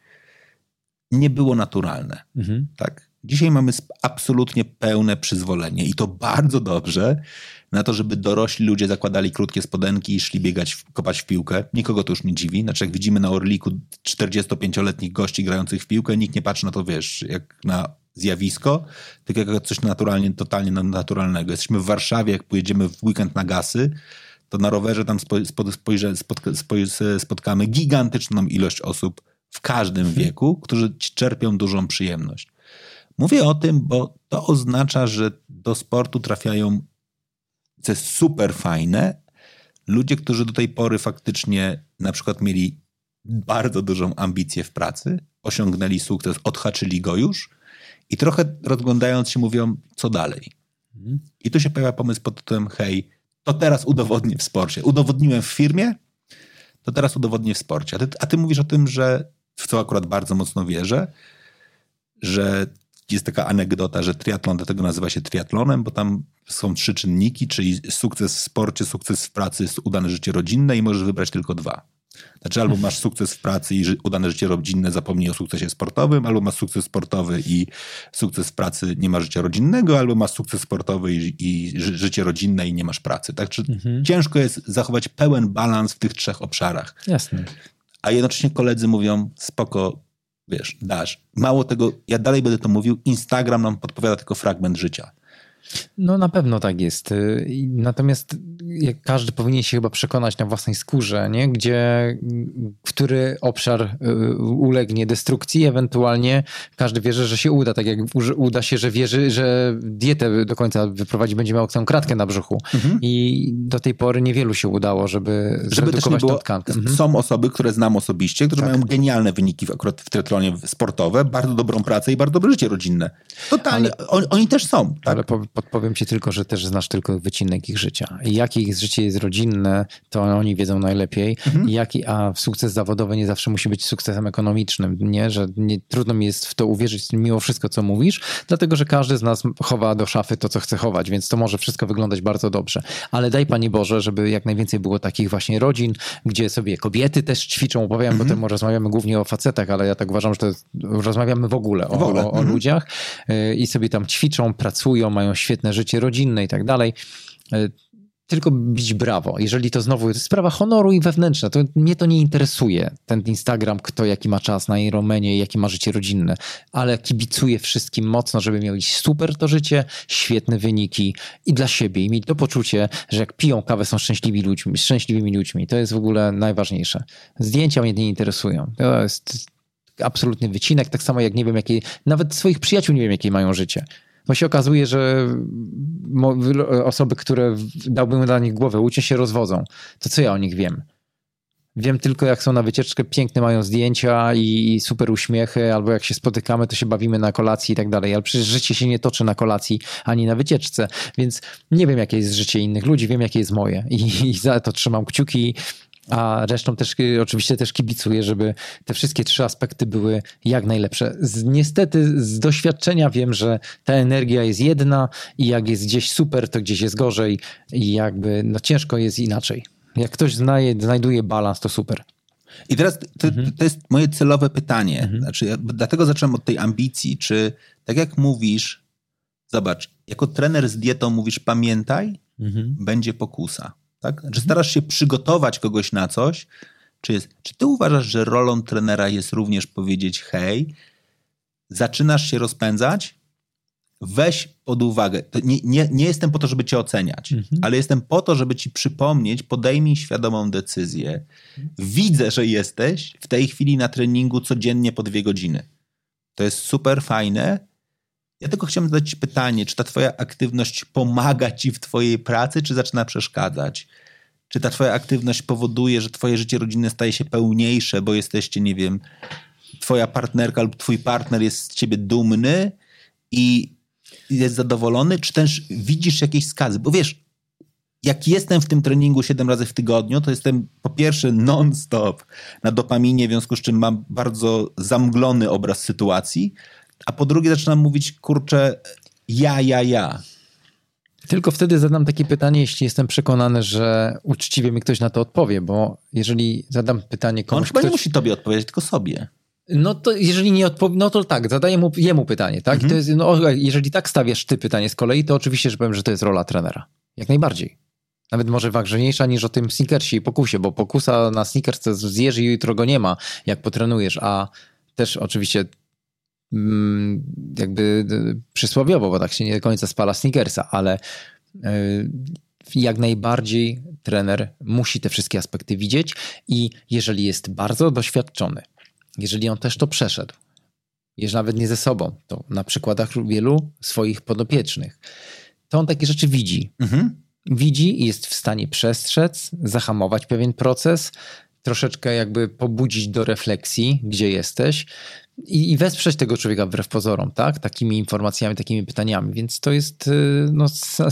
nie było naturalne. Mhm. Tak? Dzisiaj mamy absolutnie pełne przyzwolenie i to bardzo dobrze na to, żeby dorośli ludzie zakładali krótkie spodenki i szli biegać, kopać w piłkę. Nikogo to już nie dziwi. Znaczy jak widzimy na Orliku czterdziestopięcioletnich gości grających w piłkę, nikt nie patrzy na to, wiesz, jak na zjawisko, tylko jak coś naturalnie, totalnie naturalnego. Jesteśmy w Warszawie, jak pojedziemy w weekend na Gasy, to na rowerze tam spo, spo, spojrze, spotka, spoj, spotkamy gigantyczną ilość osób w każdym wieku, którzy czerpią dużą przyjemność. Mówię o tym, bo to oznacza, że do sportu trafiają, co jest super fajne, ludzie, którzy do tej pory faktycznie na przykład mieli bardzo dużą ambicję w pracy, osiągnęli sukces, odhaczyli go już i trochę rozglądając się mówią, co dalej. Mhm. I tu się pojawia pomysł pod tytułem, hej, to teraz udowodnię w sporcie. Udowodniłem w firmie, to teraz udowodnię w sporcie. A ty, a ty mówisz o tym, że w co akurat bardzo mocno wierzę, że jest taka anegdota, że triatlon dlatego nazywa się triatlonem, bo tam są trzy czynniki, czyli sukces w sporcie, sukces w pracy, udane życie rodzinne i możesz wybrać tylko dwa. Znaczy albo masz sukces w pracy i udane życie rodzinne, zapomnij o sukcesie sportowym, albo masz sukces sportowy i sukces w pracy, nie ma życia rodzinnego, albo masz sukces sportowy i, i życie rodzinne i nie masz pracy. Także mhm. ciężko jest zachować pełen balans w tych trzech obszarach. Jasne. A jednocześnie koledzy mówią, spoko, wiesz, dasz. Mało tego, ja dalej będę to mówił, Instagram nam podpowiada tylko fragment życia. No na pewno tak jest. Natomiast każdy powinien się chyba przekonać na własnej skórze, nie? Gdzie, który obszar ulegnie destrukcji, ewentualnie każdy wierzy, że się uda, tak jak uda się, że wierzy, że dietę do końca wyprowadzi, będzie miał całą kratkę na brzuchu. Mhm. I do tej pory niewielu się udało, żeby zredukować tą tkankę. Mhm. Są osoby, które znam osobiście, które tak. mają genialne wyniki akurat w triatlonie sportowe, bardzo dobrą pracę i bardzo dobre życie rodzinne. Totalnie. Ale, on, oni też są. Tak? Ale po, podpowiem ci tylko, że też znasz tylko wycinek ich życia. I jakie ich życie jest rodzinne, to oni wiedzą najlepiej. Mhm. Jaki, a sukces zawodowy nie zawsze musi być sukcesem ekonomicznym, nie? Że nie, trudno mi jest w to uwierzyć mimo wszystko, co mówisz, dlatego, że każdy z nas chowa do szafy to, co chce chować, więc to może wszystko wyglądać bardzo dobrze. Ale daj Panie Boże, żeby jak najwięcej było takich właśnie rodzin, gdzie sobie kobiety też ćwiczą, opowiadam, mhm. bo tym rozmawiamy głównie o facetach, ale ja tak uważam, że to jest, rozmawiamy w ogóle o, w ogóle. o, o mhm. ludziach yy, i sobie tam ćwiczą, pracują, mają świetne życie rodzinne i tak dalej. Tylko bić brawo. Jeżeli to znowu jest sprawa honoru i wewnętrzna, to mnie to nie interesuje. Ten Instagram, kto jaki ma czas na Ironmanie, jakie ma życie rodzinne, ale kibicuję wszystkim mocno, żeby mieli super to życie, świetne wyniki i dla siebie i mieć to poczucie, że jak piją kawę są szczęśliwi ludźmi, szczęśliwymi ludźmi. To jest w ogóle najważniejsze. Zdjęcia mnie nie interesują. To jest absolutny wycinek, tak samo jak nie wiem, jakie, nawet swoich przyjaciół nie wiem, jakie mają życie. Bo się okazuje, że osoby, które dałbym dla nich głowę, ucie się rozwodzą. To co ja o nich wiem? Wiem tylko, jak są na wycieczkę, piękne mają zdjęcia i super uśmiechy, albo jak się spotykamy, to się bawimy na kolacji i tak dalej. Ale przecież życie się nie toczy na kolacji ani na wycieczce. Więc nie wiem, jakie jest życie innych ludzi, wiem, jakie jest moje. I, i za to trzymam kciuki A resztą też oczywiście też kibicuję, żeby te wszystkie trzy aspekty były jak najlepsze. Z, niestety z doświadczenia wiem, że ta energia jest jedna i jak jest gdzieś super, to gdzieś jest gorzej i jakby no ciężko jest inaczej. Jak ktoś znaje, znajduje balans, to super. I teraz to, mhm. to jest moje celowe pytanie. Mhm. Znaczy, ja, dlatego zacząłem od tej ambicji. Czy tak jak mówisz, zobacz, jako trener z dietą mówisz pamiętaj, mhm. będzie pokusa. Tak? Czy mhm. starasz się przygotować kogoś na coś? Czy, jest, czy ty uważasz, że rolą trenera jest również powiedzieć hej, zaczynasz się rozpędzać, weź pod uwagę. To nie, nie, nie jestem po to, żeby cię oceniać, mhm. ale jestem po to, żeby ci przypomnieć, podejmij świadomą decyzję. Widzę, że jesteś w tej chwili na treningu codziennie po dwie godziny. To jest super fajne. Ja tylko chciałem zadać ci pytanie, czy ta twoja aktywność pomaga ci w twojej pracy, czy zaczyna przeszkadzać? Czy ta twoja aktywność powoduje, że twoje życie rodzinne staje się pełniejsze, bo jesteście, nie wiem, twoja partnerka lub twój partner jest z ciebie dumny i jest zadowolony, czy też widzisz jakieś skazy? Bo wiesz, jak jestem w tym treningu siedem razy w tygodniu, to jestem po pierwsze non-stop na dopaminie, w związku z czym mam bardzo zamglony obraz sytuacji, a po drugie zaczynam mówić, kurczę, ja, ja, ja. Tylko wtedy zadam takie pytanie, jeśli jestem przekonany, że uczciwie mi ktoś na to odpowie, bo jeżeli zadam pytanie komuś... On chyba ktoś... nie musi tobie odpowiedzieć, tylko sobie. No to jeżeli nie odpowie, no to tak, zadaję mu, jemu pytanie, tak? Mhm. To jest, no, jeżeli tak stawiasz ty pytanie z kolei, to oczywiście, że powiem, że to jest rola trenera. Jak najbardziej. Nawet może ważniejsza niż o tym sneakersie i pokusie, bo pokusa na sneakers to zjesz i jutro go nie ma, jak potrenujesz, a też oczywiście mm, jakby przysłowiowo, bo tak się nie do końca spala sneakersa, ale yy, jak najbardziej trener musi te wszystkie aspekty widzieć i jeżeli jest bardzo doświadczony, jeżeli on też to przeszedł, jeżeli nawet nie ze sobą, to na przykładach wielu swoich podopiecznych, to on takie rzeczy widzi. Mhm. Widzi i jest w stanie przestrzec, zahamować pewien proces, troszeczkę jakby pobudzić do refleksji, gdzie jesteś i, i wesprzeć tego człowieka wbrew pozorom, tak? Takimi informacjami, takimi pytaniami. Więc to jest... no.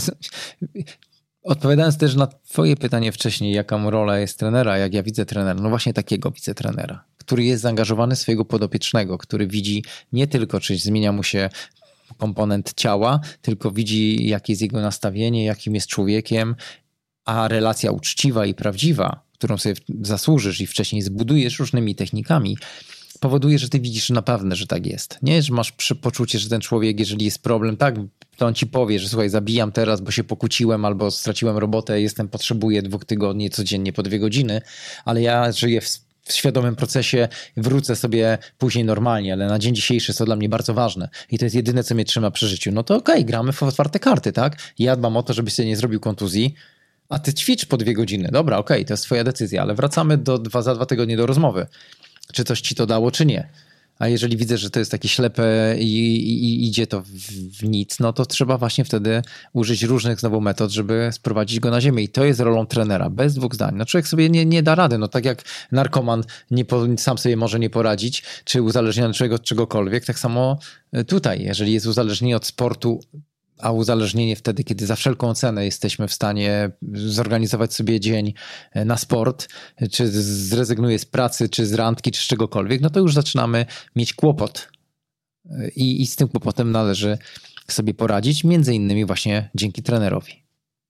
Odpowiadając też na twoje pytanie wcześniej, jaką rolę jest trenera, jak ja widzę trenera, no właśnie takiego widzę trenera, który jest zaangażowany w swojego podopiecznego, który widzi nie tylko, czy zmienia mu się komponent ciała, tylko widzi, jakie jest jego nastawienie, jakim jest człowiekiem, a relacja uczciwa i prawdziwa, którą sobie zasłużysz i wcześniej zbudujesz różnymi technikami, powoduje, że ty widzisz naprawdę, że tak jest. Nie, że masz poczucie, że ten człowiek, jeżeli jest problem, tak, to on ci powie, że słuchaj, zabijam teraz, bo się pokłóciłem albo straciłem robotę, jestem, potrzebuję dwóch tygodni codziennie po dwie godziny, ale ja żyję w, w świadomym procesie, wrócę sobie później normalnie, ale na dzień dzisiejszy jest to dla mnie bardzo ważne i to jest jedyne, co mnie trzyma przy życiu. No to okej, okay, gramy w otwarte karty, tak? Ja dbam o to, żebyś sobie nie zrobił kontuzji, a ty ćwicz po dwie godziny. Dobra, okej, okay, to jest twoja decyzja, ale wracamy do dwa, za dwa tygodnie do rozmowy. Czy coś ci to dało, czy nie. A jeżeli widzę, że to jest takie ślepe i, i, i idzie to w, w nic, no to trzeba właśnie wtedy użyć różnych znowu metod, żeby sprowadzić go na ziemię. I to jest rolą trenera, bez dwóch zdań. No człowiek sobie nie, nie da rady. No tak jak narkoman nie po, sam sobie może nie poradzić, czy uzależniony człowiek od czegokolwiek, tak samo tutaj. Jeżeli jest uzależnienie od sportu, a uzależnienie wtedy, kiedy za wszelką cenę jesteśmy w stanie zorganizować sobie dzień na sport, czy zrezygnuję z pracy, czy z randki, czy z czegokolwiek, no to już zaczynamy mieć kłopot. I, i z tym kłopotem należy sobie poradzić, między innymi właśnie dzięki trenerowi.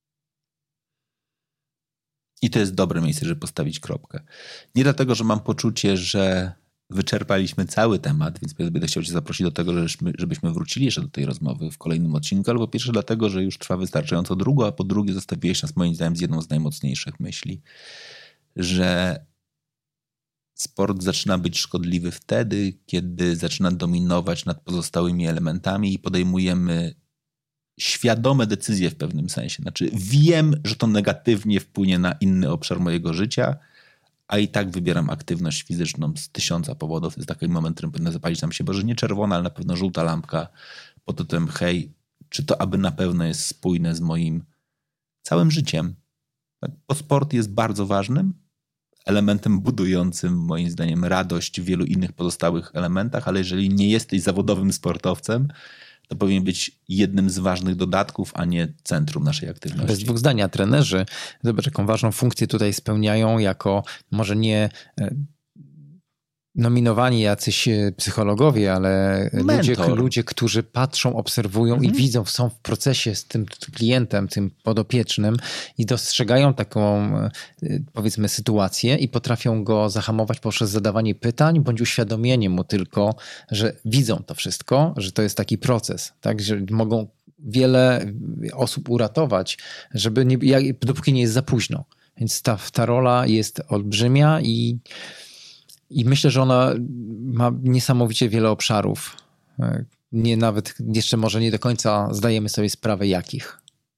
I to jest dobre miejsce, żeby postawić kropkę. Nie dlatego, że mam poczucie, że wyczerpaliśmy cały temat, więc będę chciał cię zaprosić do tego, żebyśmy, żebyśmy wrócili jeszcze do tej rozmowy w kolejnym odcinku, ale po pierwsze dlatego, że już trwa wystarczająco długo, a po drugie zostawiłeś nas moim zdaniem z jedną z najmocniejszych myśli, że sport zaczyna być szkodliwy wtedy, kiedy zaczyna dominować nad pozostałymi elementami i podejmujemy świadome decyzje w pewnym sensie. Znaczy wiem, że to negatywnie wpłynie na inny obszar mojego życia, a i tak wybieram aktywność fizyczną z tysiąca powodów. To jest taki moment, w którym powinna zapalić nam się, może nie czerwona, ale na pewno żółta lampka pod tytułem hej, czy to aby na pewno jest spójne z moim całym życiem. Bo sport jest bardzo ważnym elementem budującym, moim zdaniem, radość w wielu innych pozostałych elementach, ale jeżeli nie jesteś zawodowym sportowcem, to powinien być jednym z ważnych dodatków, a nie centrum naszej aktywności. Bez dwóch zdań, a trenerzy, zobacz, jaką ważną funkcję tutaj spełniają jako może nie nominowani jacyś psychologowie, ale ludzie, ludzie, którzy patrzą, obserwują mhm. i widzą, są w procesie z tym klientem, tym podopiecznym i dostrzegają taką, powiedzmy, sytuację i potrafią go zahamować poprzez zadawanie pytań bądź uświadomienie mu tylko, że widzą to wszystko, że to jest taki proces, tak, że mogą wiele osób uratować, żeby nie, dopóki nie jest za późno. Więc ta, ta rola jest olbrzymia i I myślę, że ona ma niesamowicie wiele obszarów. Nie nawet jeszcze może nie do końca zdajemy sobie sprawę jakich.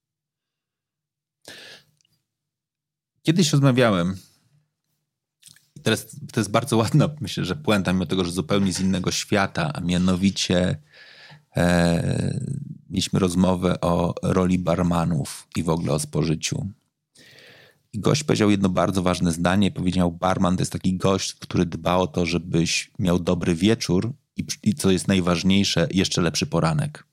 Kiedyś rozmawiałem, teraz to jest bardzo ładna, myślę, że puenta, mimo tego, że zupełnie z innego świata, a mianowicie e, mieliśmy rozmowę o roli barmanów i w ogóle o spożyciu. I gość powiedział jedno bardzo ważne zdanie. Powiedział, barman to jest taki gość, który dba o to, żebyś miał dobry wieczór i, i co jest najważniejsze, jeszcze lepszy poranek.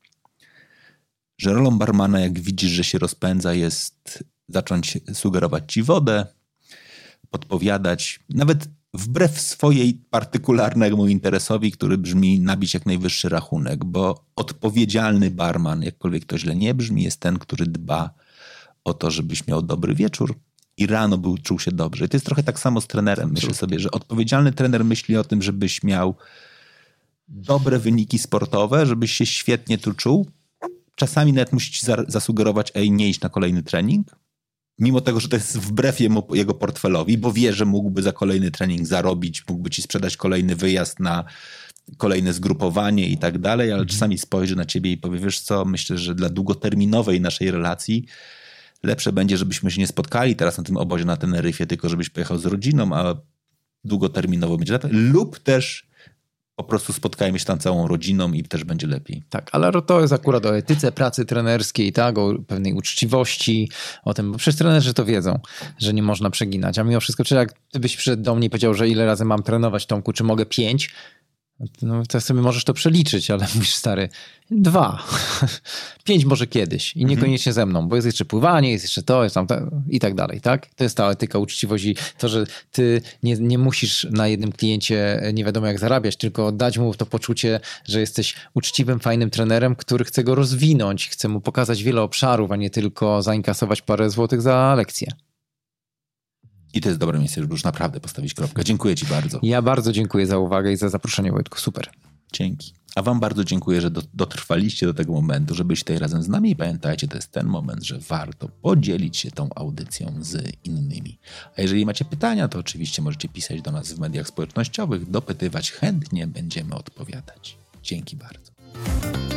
Że rolą barmana, jak widzisz, że się rozpędza, jest zacząć sugerować ci wodę, podpowiadać, nawet wbrew swojej partykularnemu interesowi, który brzmi nabić jak najwyższy rachunek, bo odpowiedzialny barman, jakkolwiek to źle nie brzmi, jest ten, który dba o to, żebyś miał dobry wieczór i rano był, czuł się dobrze. I to jest trochę tak samo z trenerem. Myślę sobie, że odpowiedzialny trener myśli o tym, żebyś miał dobre wyniki sportowe, żebyś się świetnie tu czuł. Czasami nawet musi ci zasugerować, ej, nie iść na kolejny trening, mimo tego, że to jest wbrew jemu, jego portfelowi, bo wie, że mógłby za kolejny trening zarobić, mógłby ci sprzedać kolejny wyjazd na kolejne zgrupowanie i tak dalej, ale czasami spojrzy na ciebie i powie, wiesz co, myślę, że dla długoterminowej naszej relacji lepsze będzie, żebyśmy się nie spotkali teraz na tym obozie na Teneryfie, tylko żebyś pojechał z rodziną, a długoterminowo będzie lepiej. Lub też po prostu spotkajmy się tam całą rodziną i też będzie lepiej. Tak, ale to jest akurat o etyce pracy trenerskiej, tak, o pewnej uczciwości, o tym, bo przecież trenerzy to wiedzą, że nie można przeginać, a mimo wszystko, czy jak ty byś przyszedł do mnie i powiedział, że ile razy mam trenować, Tomku, czy mogę pięć? No to sobie możesz to przeliczyć, ale mówisz, stary, dwa. Pięć może kiedyś i niekoniecznie ze mną, bo jest jeszcze pływanie, jest jeszcze to, jest tam to, i tak dalej, tak? To jest ta etyka uczciwości, to, że ty nie, nie musisz na jednym kliencie nie wiadomo jak zarabiać, tylko dać mu to poczucie, że jesteś uczciwym, fajnym trenerem, który chce go rozwinąć, chce mu pokazać wiele obszarów, a nie tylko zainkasować parę złotych za lekcję. I to jest dobre miejsce, żeby już naprawdę postawić kropkę. Dziękuję ci bardzo. Ja bardzo dziękuję za uwagę i za zaproszenie, Wojtku. Super. Dzięki. A wam bardzo dziękuję, że do, dotrwaliście do tego momentu, że byliście tutaj razem z nami i pamiętajcie, to jest ten moment, że warto podzielić się tą audycją z innymi. A jeżeli macie pytania, to oczywiście możecie pisać do nas w mediach społecznościowych, dopytywać, chętnie będziemy odpowiadać. Dzięki bardzo.